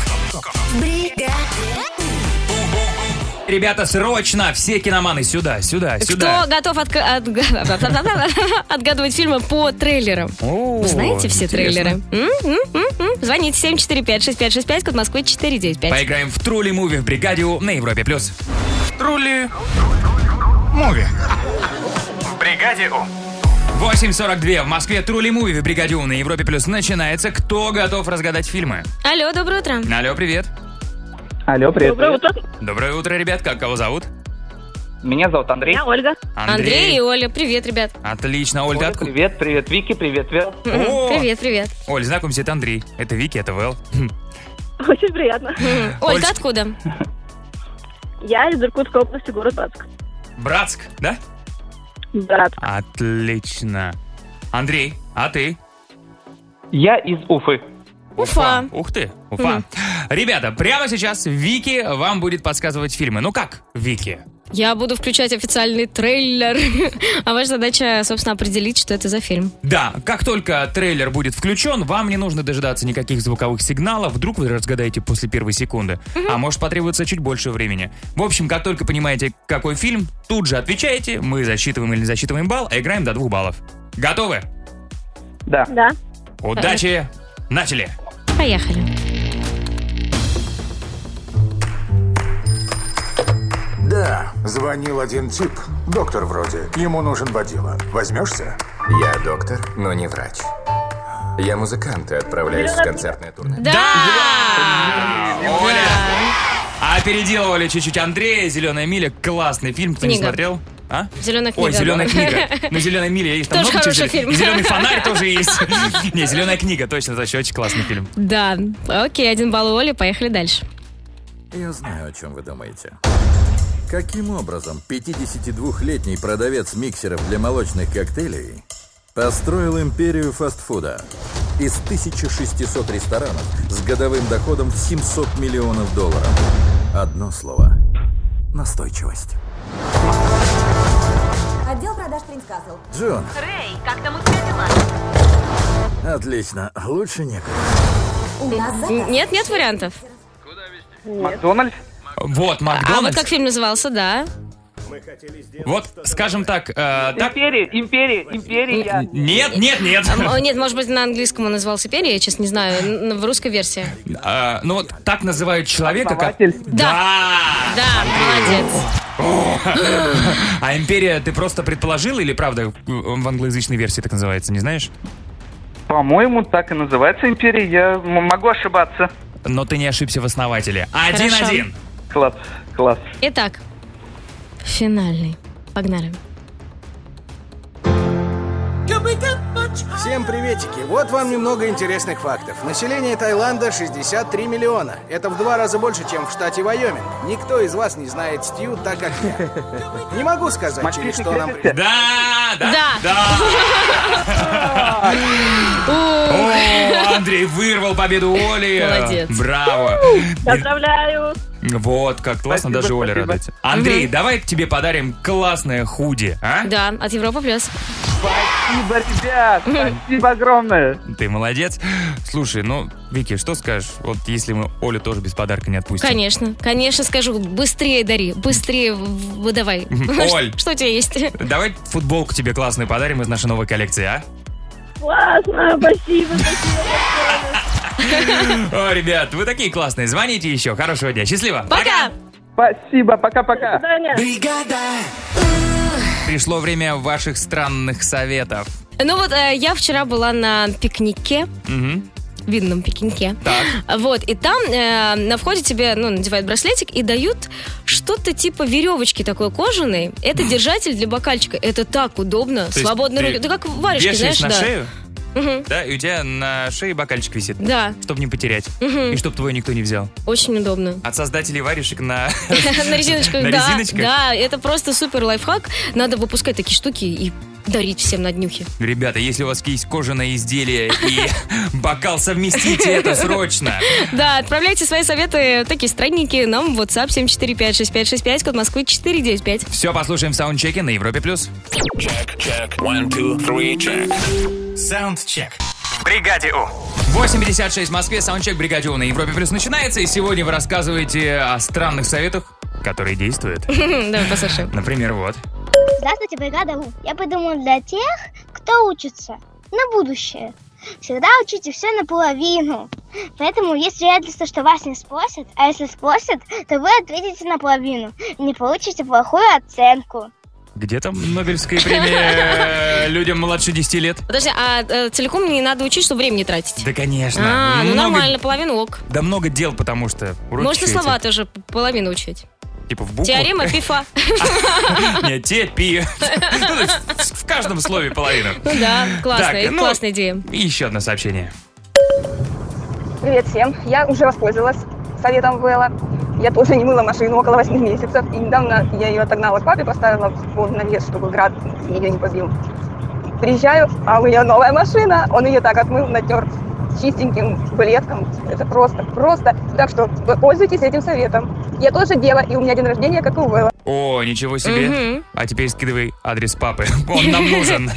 A: Ребята, срочно все киноманы сюда, сюда, сюда.
B: Кто готов отка- отга- отгадывать фильмы по трейлерам?
A: О,
B: Вы знаете все
A: интересно.
B: трейлеры? М, м, м, м. Звоните семь четыре пять шесть пять шесть пять, код Москвы четыре девять пять.
A: Поиграем в Трули Муви в бригаде У на Европе плюс.
L: Трули. Муви. В бригаде У.
A: восемь сорок два в Москве. Трули Муви в бригаде У на Европе плюс начинается. Кто готов разгадать фильмы?
B: Алло, доброе утро.
A: Алло, привет.
F: Алло, привет.
K: Доброе утро.
A: Доброе утро, ребят. Как кого зовут?
F: Меня зовут Андрей.
K: Я Ольга.
B: Андрей и Оля, привет, ребят.
A: Отлично. Оль, ты
F: Оля,
A: откуда?
F: привет, привет, Вики, привет, Вел.
A: О!
B: Привет, привет.
A: Оль, знакомься, это Андрей. Это Вики, это Вэл. Хм.
K: Очень приятно.
B: Оль,
A: Оль,
B: ты откуда?
K: Я из Иркутской области, город Братск.
A: Братск, да?
K: Брат.
A: Отлично. Андрей, а ты?
F: Я из Уфы.
B: Уфа.
A: Ух ты, Уфа. Ребята, прямо сейчас Вики вам будет подсказывать фильмы. Ну как, Вики?
B: Я буду включать официальный трейлер. А ваша задача, собственно, определить, что это за фильм.
A: Да, как только трейлер будет включен, вам не нужно дожидаться никаких звуковых сигналов. Вдруг вы разгадаете после первой секунды. А может потребуется чуть больше времени. В общем, как только понимаете, какой фильм, тут же отвечаете. Мы засчитываем или не засчитываем балл, а играем до двух баллов. Готовы?
F: Да.
K: Да.
A: Удачи! Начали!
B: Поехали.
M: Да, звонил один тип. Доктор вроде. Ему нужен водила. Возьмешься?
N: Я доктор, но не врач. Я музыкант и отправляюсь в концертное турне.
B: Да!
A: Оля! Опередил чуть-чуть Андрея. «Зеленая миля». Классный фильм. Кто
B: Книга.
A: не смотрел? А?
B: «Зеленая книга».
A: Ой, «Зеленая
B: да.
A: книга». Ну, «Зеленая миля» есть. Там
B: Тоже
A: много
B: хороший
A: чего.
B: фильм.
A: «Зеленый фонарь» тоже есть. Не, «Зеленая книга», точно, точно, очень классный фильм.
B: Да, окей, один балл у Оли, поехали дальше.
O: Я знаю, о чем вы думаете. Каким образом пятидесятидвухлетний продавец миксеров для молочных коктейлей построил империю фастфуда из тысячи шестисот ресторанов с годовым доходом в семьсот миллионов долларов? Одно слово – настойчивость.
P: Отдел продаж Принц Касл.
O: Джон.
P: Рэй, как там у тебя дела?
O: Отлично, лучше некуда.
P: У нас заказ.
B: Нет, нет вариантов.
F: Макдональдс?
A: Вот,
B: А вот
A: Макдональдс.
B: как фильм назывался, да?
A: Вот, скажем так, э, так...
F: Империя, империя, империя.
A: Нет, нет, нет.
B: А, Нет, может быть, на английском он назывался «Империя», я, честно, не знаю, н- в русской версии.
A: А, ну вот так называют человека, как...
B: Да. Да, молодец.
A: А «Империя» ты просто предположил или правда в англоязычной версии так называется, не знаешь?
F: По-моему, так и называется империя. Я м- могу ошибаться.
A: Но ты не ошибся в основателе.
B: Хорошо.
A: Один-один.
F: Класс, класс.
B: Итак, финальный. Погнали.
Q: Всем приветики. Вот вам немного интересных фактов. Население Таиланда шестьдесят три миллиона. Это в два раза больше, чем в штате Вайоминг. Никто из вас не знает Стью так, как я. Не могу сказать, через что нам...
A: Да, да,
B: Да.
A: да. О, Андрей вырвал победу Оли.
B: Молодец.
A: Браво.
K: Поздравляю.
A: Вот, как классно,
F: Спасибо,
A: даже Оля
F: спасибо.
A: радуется. Андрей,
B: Мгм.
A: давай тебе подарим классное худи, а?
B: Да, от Европа плюс.
F: Спасибо, ребят. Спасибо огромное.
A: Ты молодец. Слушай, ну, Вики, что скажешь, вот если мы Олю тоже без подарка не отпустим?
B: Конечно, конечно скажу. Быстрее дари, быстрее в- выдавай.
A: Оль.
B: Что у тебя есть?
A: Давай футболку тебе классную подарим из нашей новой коллекции, а?
K: Классно, спасибо, спасибо.
A: О, ребят, вы такие классные. Звоните еще. Хорошего дня. Счастливо.
B: Пока!
F: Спасибо, пока-пока.
A: Пришло время ваших странных советов.
B: Ну вот, э, я вчера была на пикнике,
A: Мгм.
B: винном пикнике.
A: Так.
B: Вот, и там э, на входе тебе, ну, надевают браслетик и дают что-то типа веревочки такой кожаной. Это держатель для бокальчика. Это так удобно.
A: То есть
B: Свободные
A: ты
B: руки. Да как варежки,
A: Вешаешь
B: знаешь,
A: на
B: да.
A: шею,
B: Мгм.
A: да, и у тебя на шее бокальчик висит.
B: Да.
A: Чтобы не потерять.
B: Мгм.
A: И чтобы твой никто не взял.
B: Очень удобно.
A: От создателей варежек на...
B: На резиночках,
A: На
B: да.
A: резиночках?
B: Да, это просто супер лайфхак. Надо выпускать такие штуки и дарить всем на днюхе.
A: Ребята, если у вас есть кожаное изделие и бокал, совместите это срочно.
B: Да, отправляйте свои советы, такие странненькие, нам в WhatsApp семь четыре пять шесть пять шесть пять, код Москвы четыре девять пять.
A: Все послушаем в саундчеке на Европе+. плюс.
L: Саундчек. В бригаде У.
A: восемь пятьдесят шесть в Москве, саундчек «Бригаде У» на Европе Плюс начинается, и сегодня вы рассказываете о странных советах, которые действуют.
B: Давай послушаем.
A: Например, вот.
R: Здравствуйте, бригада У. Я придумал для тех, кто учится на будущее. Всегда учите все наполовину. Поэтому есть вероятность, что вас не спросят, а если спросят, то вы ответите наполовину и не получите плохую оценку.
A: Где там Нобелевская премия людям младше десяти лет?
B: Подожди, а э, целиком не надо учить, что времени тратить?
A: Да, конечно.
B: А, ну
A: Много-
B: нормально, половину ок.
A: Да много дел, потому что уроки
B: Можно
A: все эти,
B: слова тоже половину учить.
A: Типа в букву.
B: Теорема пифа.
A: Нет, те, пи. Ну, то есть в каждом слове половину.
B: Ну да, классная,
A: Так, ну,
B: классная идея.
A: И еще одно сообщение.
S: Привет всем. Я уже воспользовалась советом Вэлла. Я тоже не мыла машину около восьми месяцев. И недавно я ее отогнала к папе, поставила в навес, чтобы град ее не побил. Приезжаю, а у нее новая машина. Он ее так отмыл, натер чистеньким блеском. Это просто, просто. Так что пользуйтесь этим советом. Я тоже делала, и у меня день рождения, как и у Вэлла.
A: О, ничего себе.
S: Мгм.
A: А теперь скидывай адрес папы. Он нам нужен.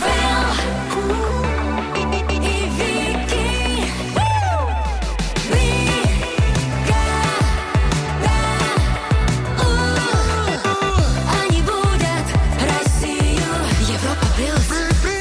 D: Они будут Россию, Европа плюс.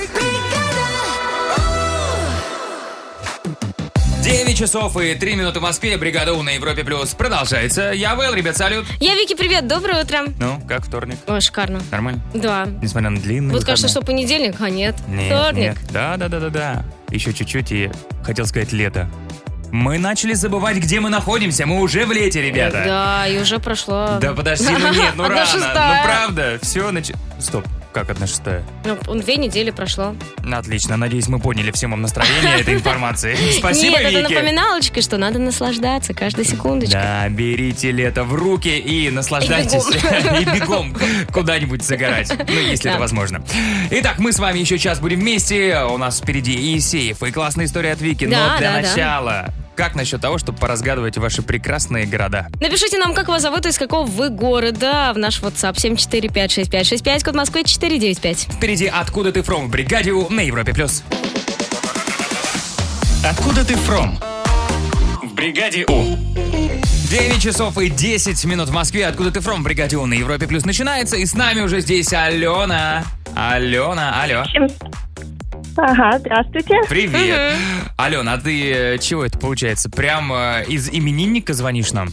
A: девять часов и три минуты в Москве. Бригада У на Европе Плюс продолжается. Я Вэл, ребят, салют.
B: Я Вики, привет, доброе утро.
A: Ну, как вторник?
B: Ой, шикарно.
A: Нормально?
B: Да.
A: Несмотря на длинный
B: Вот кажется, что
A: выходной.
B: понедельник, а нет.
A: Нет,
B: Вторник.
A: нет. Да, да, да, да, да. Еще чуть-чуть и хотел сказать лето. Мы начали забывать, где мы находимся. Мы уже в лете, ребята.
B: Да, и уже прошло...
A: Да подожди, ну нет, ну
B: Одна
A: рано.
B: шестая.
A: Ну правда, все нач... Стоп, как одна шестая?
B: Ну, две недели прошло.
A: Отлично, надеюсь, мы поняли всем вам настроение этой информации. Спасибо,
B: Нет, это
A: Вики.
B: напоминалочка, что надо наслаждаться каждой секундочкой.
A: Да, берите лето в руки и наслаждайтесь. И бегом куда-нибудь загорать. Ну, если
B: Да.
A: это возможно. Итак, мы с вами еще час будем вместе. У нас впереди и сейф, и классная история от Вики.
B: Да,
A: Но для
B: да, да.
A: начала, как насчет того, чтобы поразгадывать ваши прекрасные города?
B: Напишите нам, как вас зовут и из какого вы города в наш WhatsApp семь четыре пять шесть пять шесть пять, код Москвы четыре девять пять.
A: Впереди «Откуда ты фром» в бригаде У на Европе+. плюс.
L: Откуда ты фром? В бригаде У.
A: девять часов и десять минут в Москве. «Откуда ты фром» в бригаде У на Европе Плюс начинается. И с нами уже здесь Алена. Алена, алло.
T: Ага, здравствуйте.
A: Привет. Алена, а ты э, чего это получается? Прям э, из именинника звонишь нам?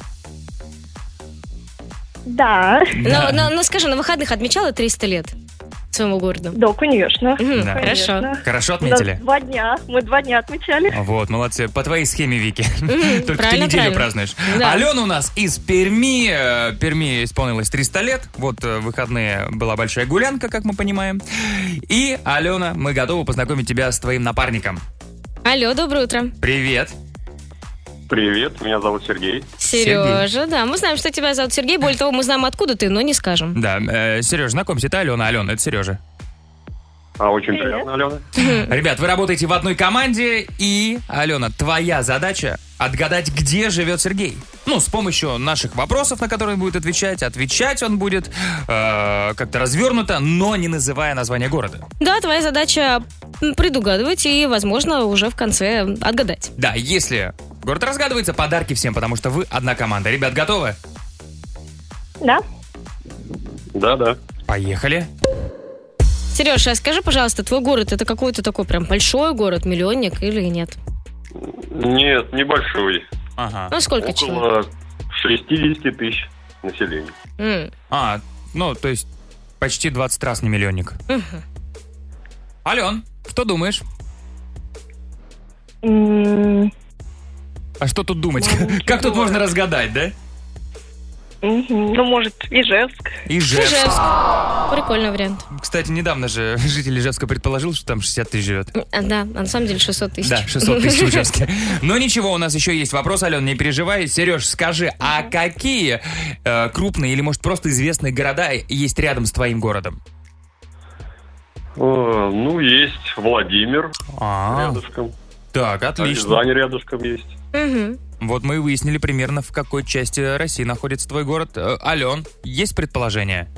T: Да.
B: Но, но- но скажи, на выходных отмечала триста лет своему городу?
T: Да, конечно.
B: Мгм,
A: Да.
B: Хорошо.
A: Хорошо отметили?
T: У нас два дня. Мы два дня отмечали.
A: Вот, молодцы. По твоей схеме, Вики.
T: Мгм,
A: Только ты
T: правильно,
A: неделю
T: правильно.
A: празднуешь.
T: Да.
A: Алена у нас из Перми. Э, Перми исполнилось триста лет. Вот э, в выходные была большая гулянка, как мы понимаем. И, Алена, мы готовы познакомить тебя с твоим напарником.
B: Алло, доброе утро.
A: Привет.
U: Привет, меня зовут Сергей.
B: Сережа, да, мы знаем, что тебя зовут Сергей. Более того, мы знаем, откуда ты, но не скажем.
A: Да, э, Сереж, знакомься, это Алена. Алена, это Сережа.
U: А, очень приятно, Алена.
A: Ребят, вы работаете в одной команде, и, Алена, твоя задача отгадать, где живет Сергей. Ну, с помощью наших вопросов, на которые он будет отвечать. Отвечать он будет э, как-то развернуто, но не называя название города.
B: Да, твоя задача м, предугадывать и, возможно, уже в конце отгадать.
A: Да, если город разгадывается, подарки всем, потому что вы одна команда. Ребят, готовы?
T: Да.
U: Да, да.
A: Поехали.
B: Сереж, а скажи, пожалуйста, твой город это какой-то такой прям большой город, миллионник или нет?
U: Нет, небольшой.
A: Ага.
B: Ну, сколько
U: Около шестьдесят тысяч населения.
B: М.
A: А, ну, то есть почти двадцать раз не миллионник.
B: Мгм.
A: Ален, что думаешь?
T: М,
A: А что тут думать? Как тут можно разгадать, да?
T: мгм. Ну, может, Ижевск.
A: Ижевск.
B: Ижевск. Прикольный вариант.
A: Кстати, недавно же житель Ижевска предположил, что там шестьдесят тысяч живет.
B: А, да, а на самом деле шестьсот тысяч.
A: Да, шестьсот тысяч в Ижевске. Но ничего, у нас еще есть вопрос, Ален, не переживай. Сереж, скажи, а какие э, крупные или, может, просто известные города есть рядом с твоим городом?
U: О, ну, есть Владимир
A: А.
U: рядышком.
A: Так, отлично.
U: Рязань рядышком есть.
B: Мгм.
A: Вот мы и выяснили примерно, в какой части России находится твой город. Э, Ален, есть предположение?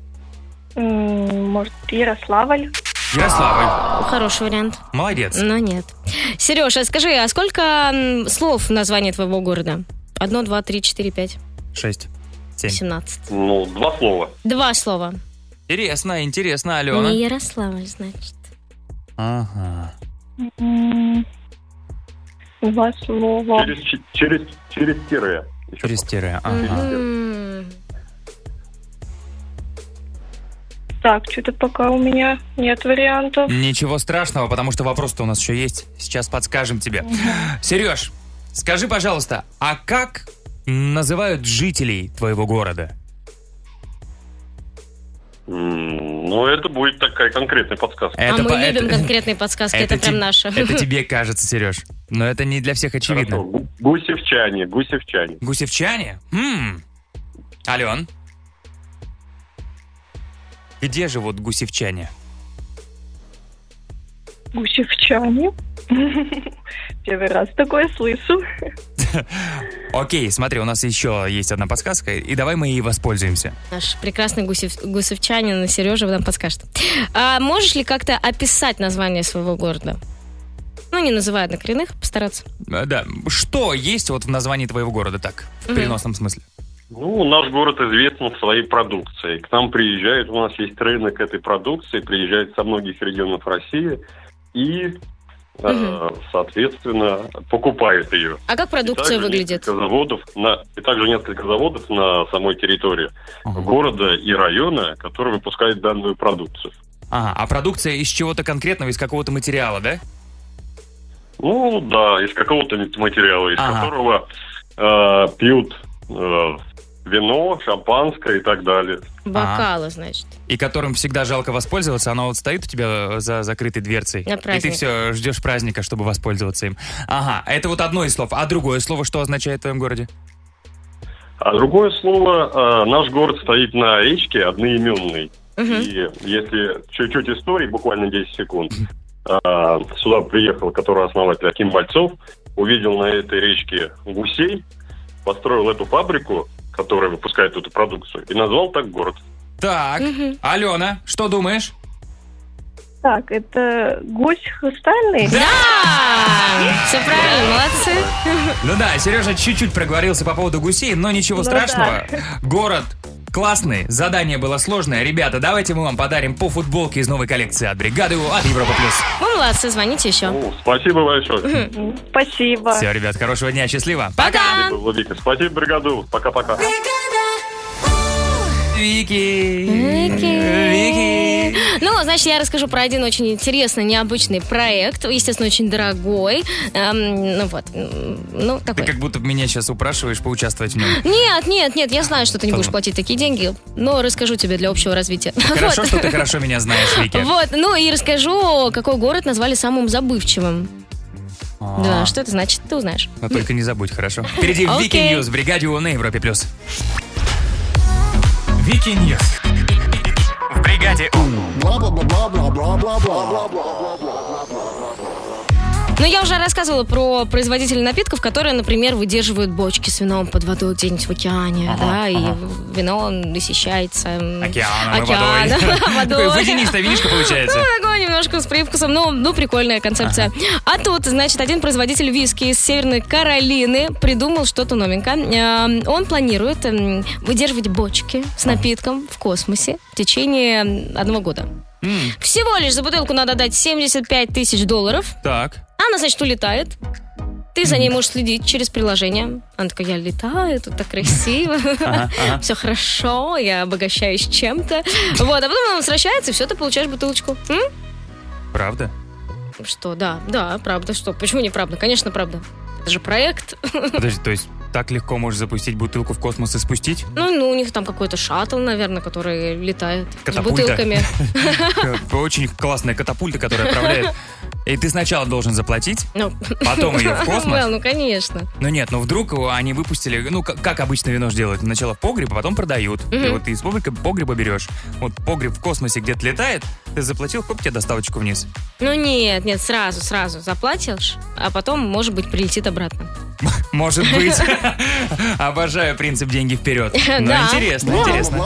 T: М, Может, Ярославль.
A: Ярославль.
B: Хороший вариант.
A: Молодец.
B: Но нет. Сереж, а скажи, а сколько м, слов в названии твоего города? Одно, два, три, четыре, пять,
A: Шесть. Семь.
B: семнадцать.
U: Ну, два слова.
B: Два слова.
A: Интересно, интересно, Алена.
B: Не Ярославль, значит.
A: Ага.
T: М, Два слова.
U: Через, ч- через, через тире. Еще
A: Через тире, ага.
B: М.
T: Так, что-то пока у меня нет вариантов.
A: Ничего страшного, потому что вопрос-то у нас еще есть. Сейчас подскажем тебе. Сереж, скажи, пожалуйста, а как называют жителей твоего города?
U: М, Ну, это будет такая конкретная подсказка.
B: А мы
A: по-
B: любим конкретные подсказки, это, прям
A: те-
B: наше.
A: Это тебе кажется, Сереж. Но это не для всех очевидно.
U: Хорошо. Гу- Гусевчане, гусевчане.
A: Гусевчане? Хм. Ален? Где живут гусевчане?
T: Гусевчане. Первый раз такое слышу.
A: Окей, смотри, у нас еще есть одна подсказка, и давай мы ей воспользуемся.
B: Наш прекрасный гусев, гусевчанин Сережа нам подскажет. А можешь ли как-то описать название своего города? Ну, не называя однокоренных, постараться.
A: Э, Да, что есть вот в названии твоего города так, в
B: Мгм.
A: переносном смысле?
U: Ну, наш город известен своей продукцией. К нам приезжают, у нас есть рынок этой продукции, приезжают со многих регионов России и, э, соответственно, покупают ее.
B: А как
U: И
B: продукция
U: также
B: выглядит?
U: несколько заводов на, и также несколько заводов на самой территории города и района, которые выпускают данную продукцию.
A: Ага, а продукция из чего-то конкретного, из какого-то материала, да?
U: Ну, да, из какого-то материала, из
A: Ага.
U: которого э, пьют э, вино, шампанское и так далее.
B: Бокалы, значит.
A: И которым всегда жалко воспользоваться, оно вот стоит у тебя за закрытой дверцей.
B: На
A: И ты
B: праздник.
A: все ждешь праздника, чтобы воспользоваться им. Ага, это вот одно из слов. А другое слово что означает в твоем городе?
U: А другое слово, э, наш город стоит на речке одноименной. И если чуть-чуть истории, буквально десять секунд, э, сюда приехал, который основатель Аким Бальцов, увидел на этой речке гусей, построил эту фабрику, которая выпускает эту продукцию, и назвал так город.
A: Так, Алена, что думаешь?
T: Так, это гость хрустальный?
B: Да! Все правильно, молодцы.
A: Ну да, Сережа чуть-чуть проговорился по поводу гусей, но ничего
T: Ну
A: страшного.
T: да.
A: Город классный, задание было сложное. Ребята, давайте мы вам подарим по футболке из новой коллекции от бригады У от Европа плюс.
B: Вы молодцы, звоните еще.
U: О, спасибо большое.
T: Спасибо.
A: Все, ребят, хорошего дня, счастливо.
B: Пока!
U: Спасибо, Владика. Спасибо, бригаду. Пока-пока.
A: Вики.
B: Вики.
A: Вики.
B: Ну, значит, я расскажу про один очень интересный, необычный проект. Естественно, очень дорогой. Эм, ну вот. Ну,
A: Ты
B: такой.
A: как будто меня сейчас упрашиваешь поучаствовать в нем.
B: Нет, нет, нет, я знаю, что ты не будешь
A: Ладно.
B: платить такие деньги, но расскажу тебе для общего развития.
A: Хорошо,
B: Вот.
A: что ты хорошо меня знаешь, Вики.
B: Вот, ну и расскажу, какой город назвали самым забывчивым.
A: А.
B: Да, что это значит, ты узнаешь.
A: Но только не забудь, хорошо? Впереди
B: Окей.
A: Вики Ньюс в бригаде У на Европе плюс.
E: Вики Ньюс. В бригаде У.
B: Ну, я уже рассказывала про производителей напитков, которые, например, выдерживают бочки с вином под водой где-нибудь в океане,
A: Ага,
B: да, и
A: ага.
B: вино насыщается м,
A: Океаном и
B: океаном,
A: водой.
B: водой.
A: Такое водянистое винишко получается.
B: Ну, такое немножко с привкусом, ну, ну, прикольная концепция. А тут, значит, один производитель виски из Северной Каролины придумал что-то новенькое. Э, Он планирует м, выдерживать бочки с напитком в космосе в течение одного года.
A: М,
B: Всего лишь за бутылку надо дать семьдесят пять тысяч долларов.
A: Так.
B: Она, значит, улетает. Ты за ней можешь следить через приложение. Она такая, я летаю, тут так красиво,
A: Ага, ага.
B: все хорошо, я обогащаюсь чем-то. Вот, а потом она возвращается, и все, ты получаешь бутылочку. М?
A: Правда?
B: Что, да, да, правда, что? Почему не правда? Конечно, правда. Это же проект.
A: Подожди, то есть так легко можешь запустить бутылку в космос и спустить?
B: Ну, ну, у них там какой-то шаттл, наверное, который летает с
A: Катапульта.
B: бутылками.
A: Очень классная катапульта, которая отправляет. И ты сначала должен заплатить,
B: Ну.
A: потом ее в космос.
B: Well, ну, конечно.
A: Ну нет, ну вдруг они выпустили, ну как, как обычно вино ж делают, сначала в погреб, а потом продают.
B: Мгм.
A: И вот ты из погреба, погреба берешь, вот погреб в космосе где-то летает, ты заплатил, хоп, тебе доставочку вниз.
B: Ну, нет, нет, сразу, сразу заплатишь, а потом, может быть, прилетит обратно.
A: Может быть. Обожаю принцип деньги вперед. Ну
B: Да.
A: интересно, интересно.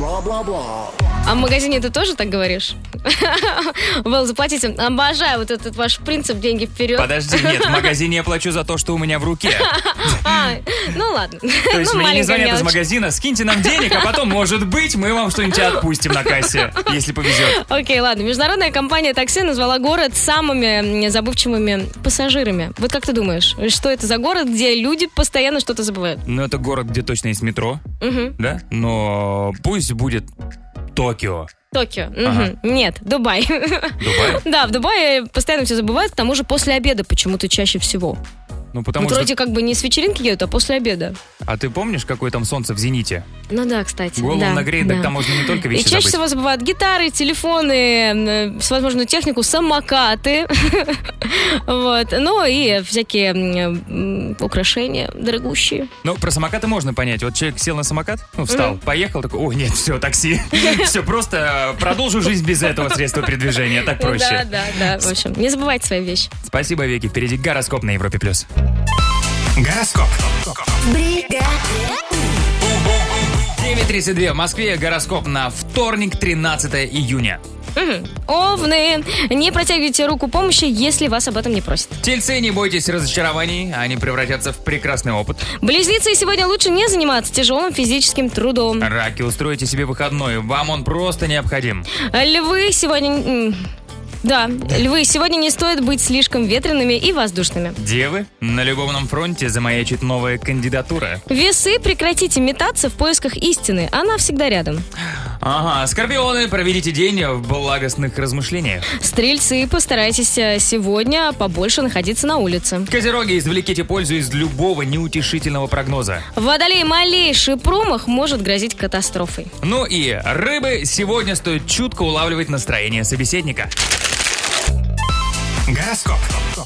B: А в магазине ты тоже так говоришь? Вэл, заплатите. Обожаю вот этот ваш принцип деньги вперед.
A: Подожди, нет, в магазине я плачу за то, что у меня в руке.
B: А, ну ладно.
A: То есть
B: Ну,
A: мне не
B: маленькая
A: звонят из
B: мелочь.
A: магазина, скиньте нам денег, а потом, может быть, мы вам что-нибудь отпустим на кассе, если повезет.
B: Окей, ладно. Международная компания такси назвала город самыми забывчивыми пассажирами. Вот как ты думаешь, что это за город, где люди постоянно что-то забывают?
A: Ну, это город, где точно есть метро,
B: Мгм.
A: да? Но пусть будет Токио.
B: Токио. Мгм.
A: Ага.
B: Нет, Дубай.
A: Дубай?
B: Да, в Дубае постоянно все забывают, к тому же после обеда почему-то чаще всего.
A: Ну, потому
B: Вот
A: что...
B: вроде как бы не с вечеринки едут, а после обеда.
A: А ты помнишь, какое там солнце в зените?
B: Ну да, кстати.
A: Голову
B: да,
A: нагреет,
B: да.
A: так там можно не только
B: И
A: вещи
B: чаще
A: забыть.
B: всего забывают гитары, телефоны, э, всевозможную технику, самокаты. Вот. Ну и всякие м, украшения дорогущие.
A: Ну, про самокаты можно понять. Вот человек сел на самокат, ну, встал,
B: Мгм.
A: поехал, такой, ой, нет, все, такси. Все, просто продолжу жизнь без этого средства передвижения, так
B: Да,
A: проще.
B: да, да. В общем, не забывайте свои вещи.
A: Спасибо, Вики. Впереди гороскоп на Европе+. плюс.
E: Гороскоп.
A: девять тридцать два в Москве. Гороскоп на вторник, тринадцатое июня.
B: Мгм. Овны, не протягивайте руку помощи, если вас об этом не просят.
A: Тельцы, не бойтесь разочарований, они превратятся в прекрасный опыт.
B: Близнецы, сегодня лучше не заниматься тяжелым физическим трудом.
A: Раки, устройте себе выходной, вам он просто необходим.
B: Львы, сегодня... м, Да, львы, сегодня не стоит быть слишком ветреными и воздушными.
A: Девы, на любовном фронте замаячит новая кандидатура.
B: Весы, прекратите метаться в поисках истины, она всегда рядом.
A: Ага, скорпионы, проведите день в благостных размышлениях.
B: Стрельцы, постарайтесь э, сегодня побольше находиться на улице.
A: Козероги, извлеките пользу из любого неутешительного прогноза.
B: Водолей, малейший промах может грозить катастрофой.
A: Ну и рыбы, сегодня стоит чутко улавливать настроение собеседника.
E: Гороскоп.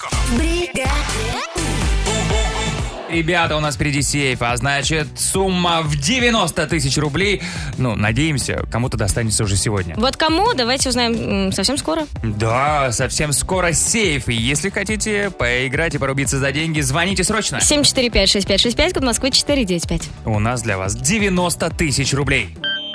A: Ребята, у нас впереди сейф, а значит сумма в девяносто тысяч рублей. Ну, надеемся, кому-то достанется уже сегодня.
B: Вот кому, давайте узнаем м, совсем скоро.
A: Да, совсем скоро сейф. И если хотите поиграть и порубиться за деньги, звоните срочно.
B: семь четыре пять шесть пять шесть пять, код Москвы четыре девять пять.
A: У нас для вас девяносто тысяч рублей.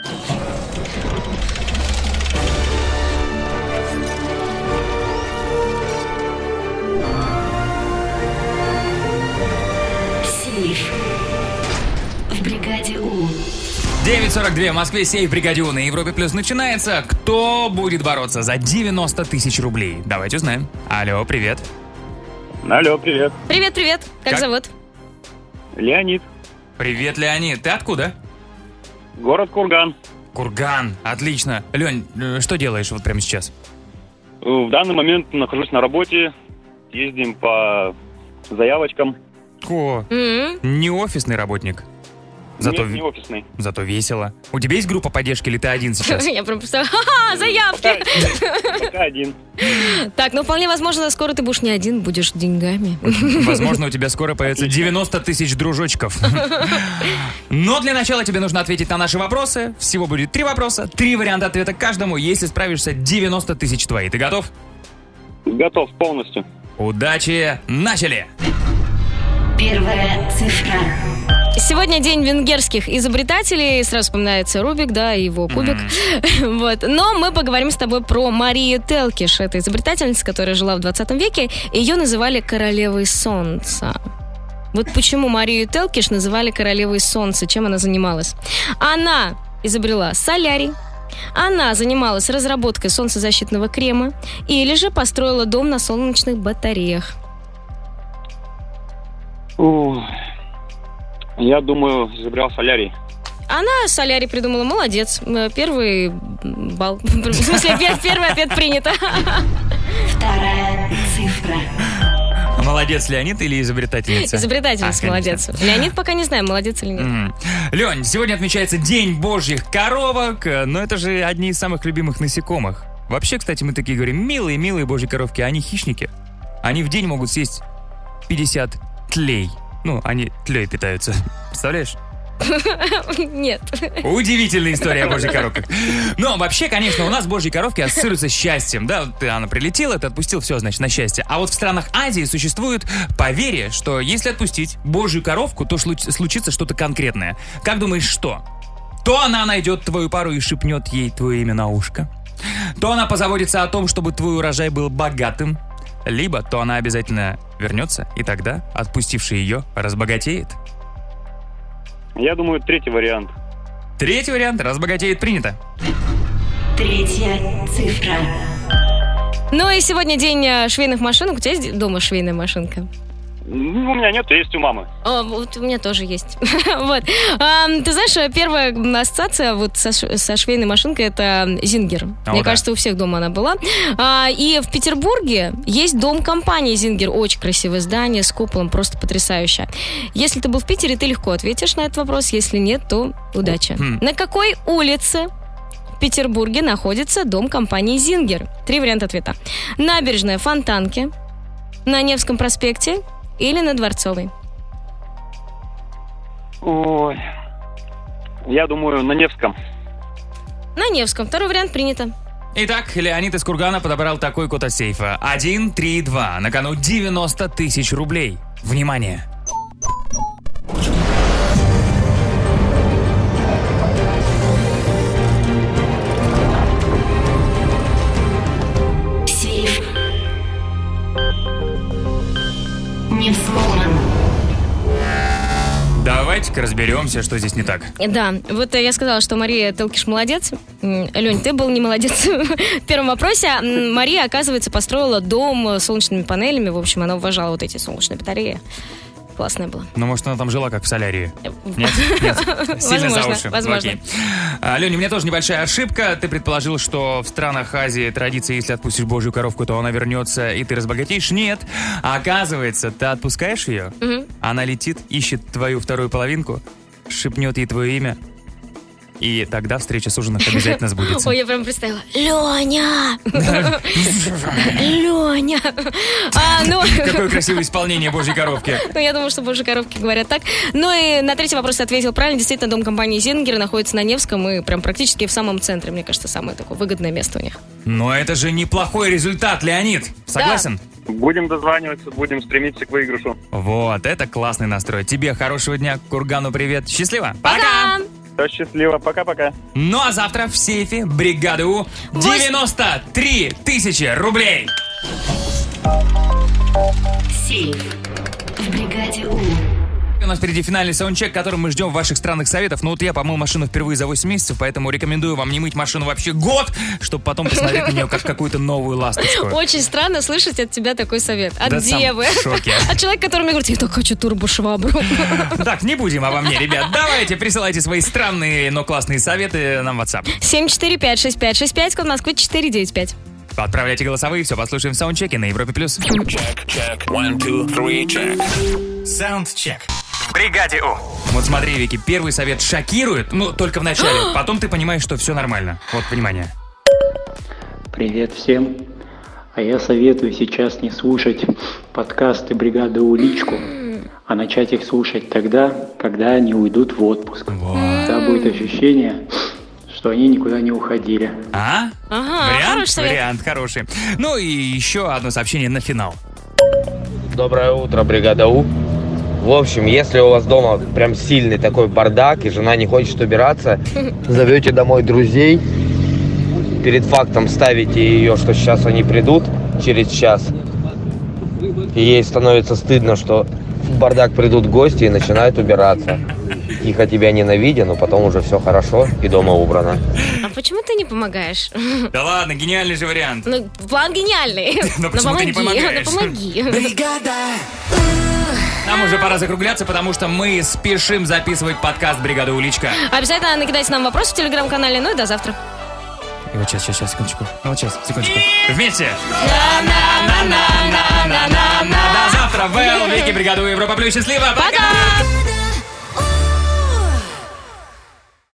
P: В бригаде У.
A: девять сорок два в Москве, сейф бригаде У на Европе Плюс начинается. Кто будет бороться за девяносто тысяч рублей? Давайте узнаем. Алло, привет.
U: Алло, привет.
B: Привет, привет. Как,
A: Как?
B: зовут?
U: Леонид.
A: Привет, Леонид. Ты откуда?
U: Город Курган.
A: Курган. Отлично. Лень, э, что делаешь вот прямо сейчас?
U: В данный момент нахожусь на работе. Ездим по заявочкам.
A: О,
B: М-м.
A: не офисный работник. Зато,
U: Нет, не офисный.
A: зато весело. У тебя есть группа поддержки или ты один сейчас?
B: Я прям представляю. Ха-ха, заявки.
U: Пока один.
B: Так, ну вполне возможно, скоро ты будешь не один, будешь деньгами.
A: Возможно, у тебя скоро появится девяносто тысяч дружочков. Но для начала тебе нужно ответить на наши вопросы. Всего будет три вопроса, три варианта ответа к каждому. Если справишься, девяносто тысяч твои. Ты готов?
U: Готов полностью.
A: Удачи! Начали!
P: Первая цифра.
B: Сегодня день венгерских изобретателей. Сразу вспоминается Рубик, да, и его кубик. Mm. Вот. Но мы поговорим с тобой про Марию Телкиш. Это изобретательница, которая жила в двадцатом веке. Ее называли королевой солнца. Вот почему Марию Телкиш называли королевой солнца, чем она занималась. Она изобрела солярий. Она занималась разработкой солнцезащитного крема. Или же построила дом на солнечных батареях.
U: Ух. Я думаю, изобрел солярий.
B: Она солярий придумала, молодец. Первый балл. В смысле, первый ответ принято.
P: Вторая цифра.
A: Молодец, Леонид или изобретательница?
B: Изобретательница,
A: А,
B: молодец. Леонид пока не знаем, молодец или нет.
A: Mm. Лень, сегодня отмечается День божьих коровок, но это же одни из самых любимых насекомых. Вообще, кстати, мы такие говорим, милые-милые божьи коровки, а они хищники. Они в день могут съесть пятьдесят тлей. Ну, они тлей питаются. Представляешь?
B: Нет.
A: Удивительная история о божьих коровках. Но вообще, конечно, у нас божьи коровки ассоциируются с счастьем. Да, ты, она прилетела, ты отпустил, все, значит, на счастье. А вот в странах Азии существует поверье, что если отпустить божью коровку, то шлу- случится что-то конкретное. Как думаешь, что? То она найдет твою пару и шепнет ей твое имя на ушко. То она позаботится о том, чтобы твой урожай был богатым. Либо то она обязательно вернется, и тогда отпустивший ее разбогатеет.
U: Я думаю, третий вариант.
A: Третий вариант. Разбогатеет, принято.
P: Третья цифра.
B: Ну и сегодня день э, швейных машинок. У тебя есть дома швейная машинка?
U: Ну, у меня нет, есть у мамы.
B: О, вот у меня тоже есть. Вот. А, ты знаешь, первая ассоциация вот со, ш- со швейной машинкой — это Зингер.
A: О,
B: Мне
A: да.
B: кажется, у всех дома она была. А, и в Петербурге есть дом компании Зингер. Очень красивое здание с куполом, просто потрясающе. Если ты был в Питере, ты легко ответишь на этот вопрос. Если нет, то удачи.
A: Хм.
B: На какой улице в Петербурге находится дом компании Зингер? Три варианта ответа. Набережная Фонтанки, на Невском проспекте или на Дворцовой?
U: Ой. Я думаю, на Невском.
B: На Невском. Второй вариант принято.
A: Итак, Леонид из Кургана подобрал такой код от сейфа. один три два. На кону девяносто тысяч рублей. Внимание!
P: Сейф не взломан.
A: Давайте-ка разберемся, что здесь не так.
B: Да, вот я сказала, что Мария Телкиш молодец. М, Лень, ты был не молодец в первом вопросе. М, Мария, оказывается, построила дом с солнечными панелями. В общем, она уважала вот эти солнечные батареи. Классная была.
A: Ну, может, она там жила, как в солярии. Нет? Нет? Сильно за уши.
B: Возможно.
A: Окей. А, Леня, у меня тоже небольшая ошибка. Ты предположил, что в странах Азии традиция, если отпустишь божью коровку, то она вернется, и ты разбогатеешь. Нет. А оказывается, ты отпускаешь ее,
B: Мгм.
A: она летит, ищет твою вторую половинку, шепнет ей твое имя, и тогда встреча с ужином обязательно сбудется.
B: Ой, я прям представила. Леня! Леня! А, ну...
A: Какое красивое исполнение божьей коровки.
B: Ну, я думаю, что больше коровки говорят так. Ну и на третий вопрос ответил правильно. Действительно, дом компании Зингер находится на Невском и прям практически в самом центре. Мне кажется, самое такое выгодное место у них.
A: Но это же неплохой результат, Леонид. Согласен?
F: Будем дозваниваться, будем стремиться к выигрышу.
A: Вот, это классный настрой. Тебе хорошего дня, Кургану привет. Счастливо.
B: Пока!
F: Все, счастливо, пока-пока.
A: Ну а завтра в сейфе бригады У девяносто три тысячи рублей.
P: Сейф в бригаде У.
A: У нас впереди финальный саундчек, который мы ждем ваших странных советов. Ну вот я помыл машину впервые за восемь месяцев, поэтому рекомендую вам не мыть машину вообще год, чтобы потом посмотреть на нее как какую-то новую ласточку.
B: Очень странно слышать от тебя такой совет. От
A: Да сам
B: девы.
A: в шоке.
B: От человека, который мне говорит, я так хочу турбошвабру.
A: Так, не будем обо мне, ребят. Давайте, присылайте свои странные, но классные советы нам в WhatsApp.
B: семь четыре пять шесть пять шесть пять, код Москвы четыре девять пять.
A: Отправляйте голосовые, все послушаем в саундчеке на Европе+. плюс.
E: Саундчек. В бригаде У.
A: Вот смотри, Вики, первый совет шокирует, ну, только в начале. Потом ты понимаешь, что все нормально. Вот, внимание.
C: Привет всем. А я советую сейчас не слушать подкасты «Бригады У личку», а начать их слушать тогда, когда они уйдут в отпуск. Тогда будет ощущение, что они никуда не уходили.
A: А?
B: Ага,
A: Вариант?
B: хороший совет.
A: Вариант хороший. Ну и еще одно сообщение на финал.
V: Доброе утро, бригада У. В общем, если у вас дома прям сильный такой бардак, и жена не хочет убираться, зовете домой друзей, перед фактом ставите ее, что сейчас они придут через час, и ей становится стыдно, что в бардак придут гости и начинают убираться. Тихо тебя ненавидя, но потом уже все хорошо и дома убрано.
B: А почему ты не помогаешь?
A: Да ладно, гениальный же вариант.
B: Ну, план гениальный.
A: Но почему ты не помогаешь?
B: Ну, помоги.
A: Нам уже пора закругляться, потому что мы спешим записывать подкаст «Бригада Уличка».
B: Обязательно накидайте нам вопрос в телеграм-канале. Ну и до завтра.
A: И вот сейчас, сейчас, сейчас, секундочку. Ну вот сейчас, секундочку. Вместе. До завтра. Вэл, Вики, «Бригада У», Европа Плюс. Счастливо. Пока!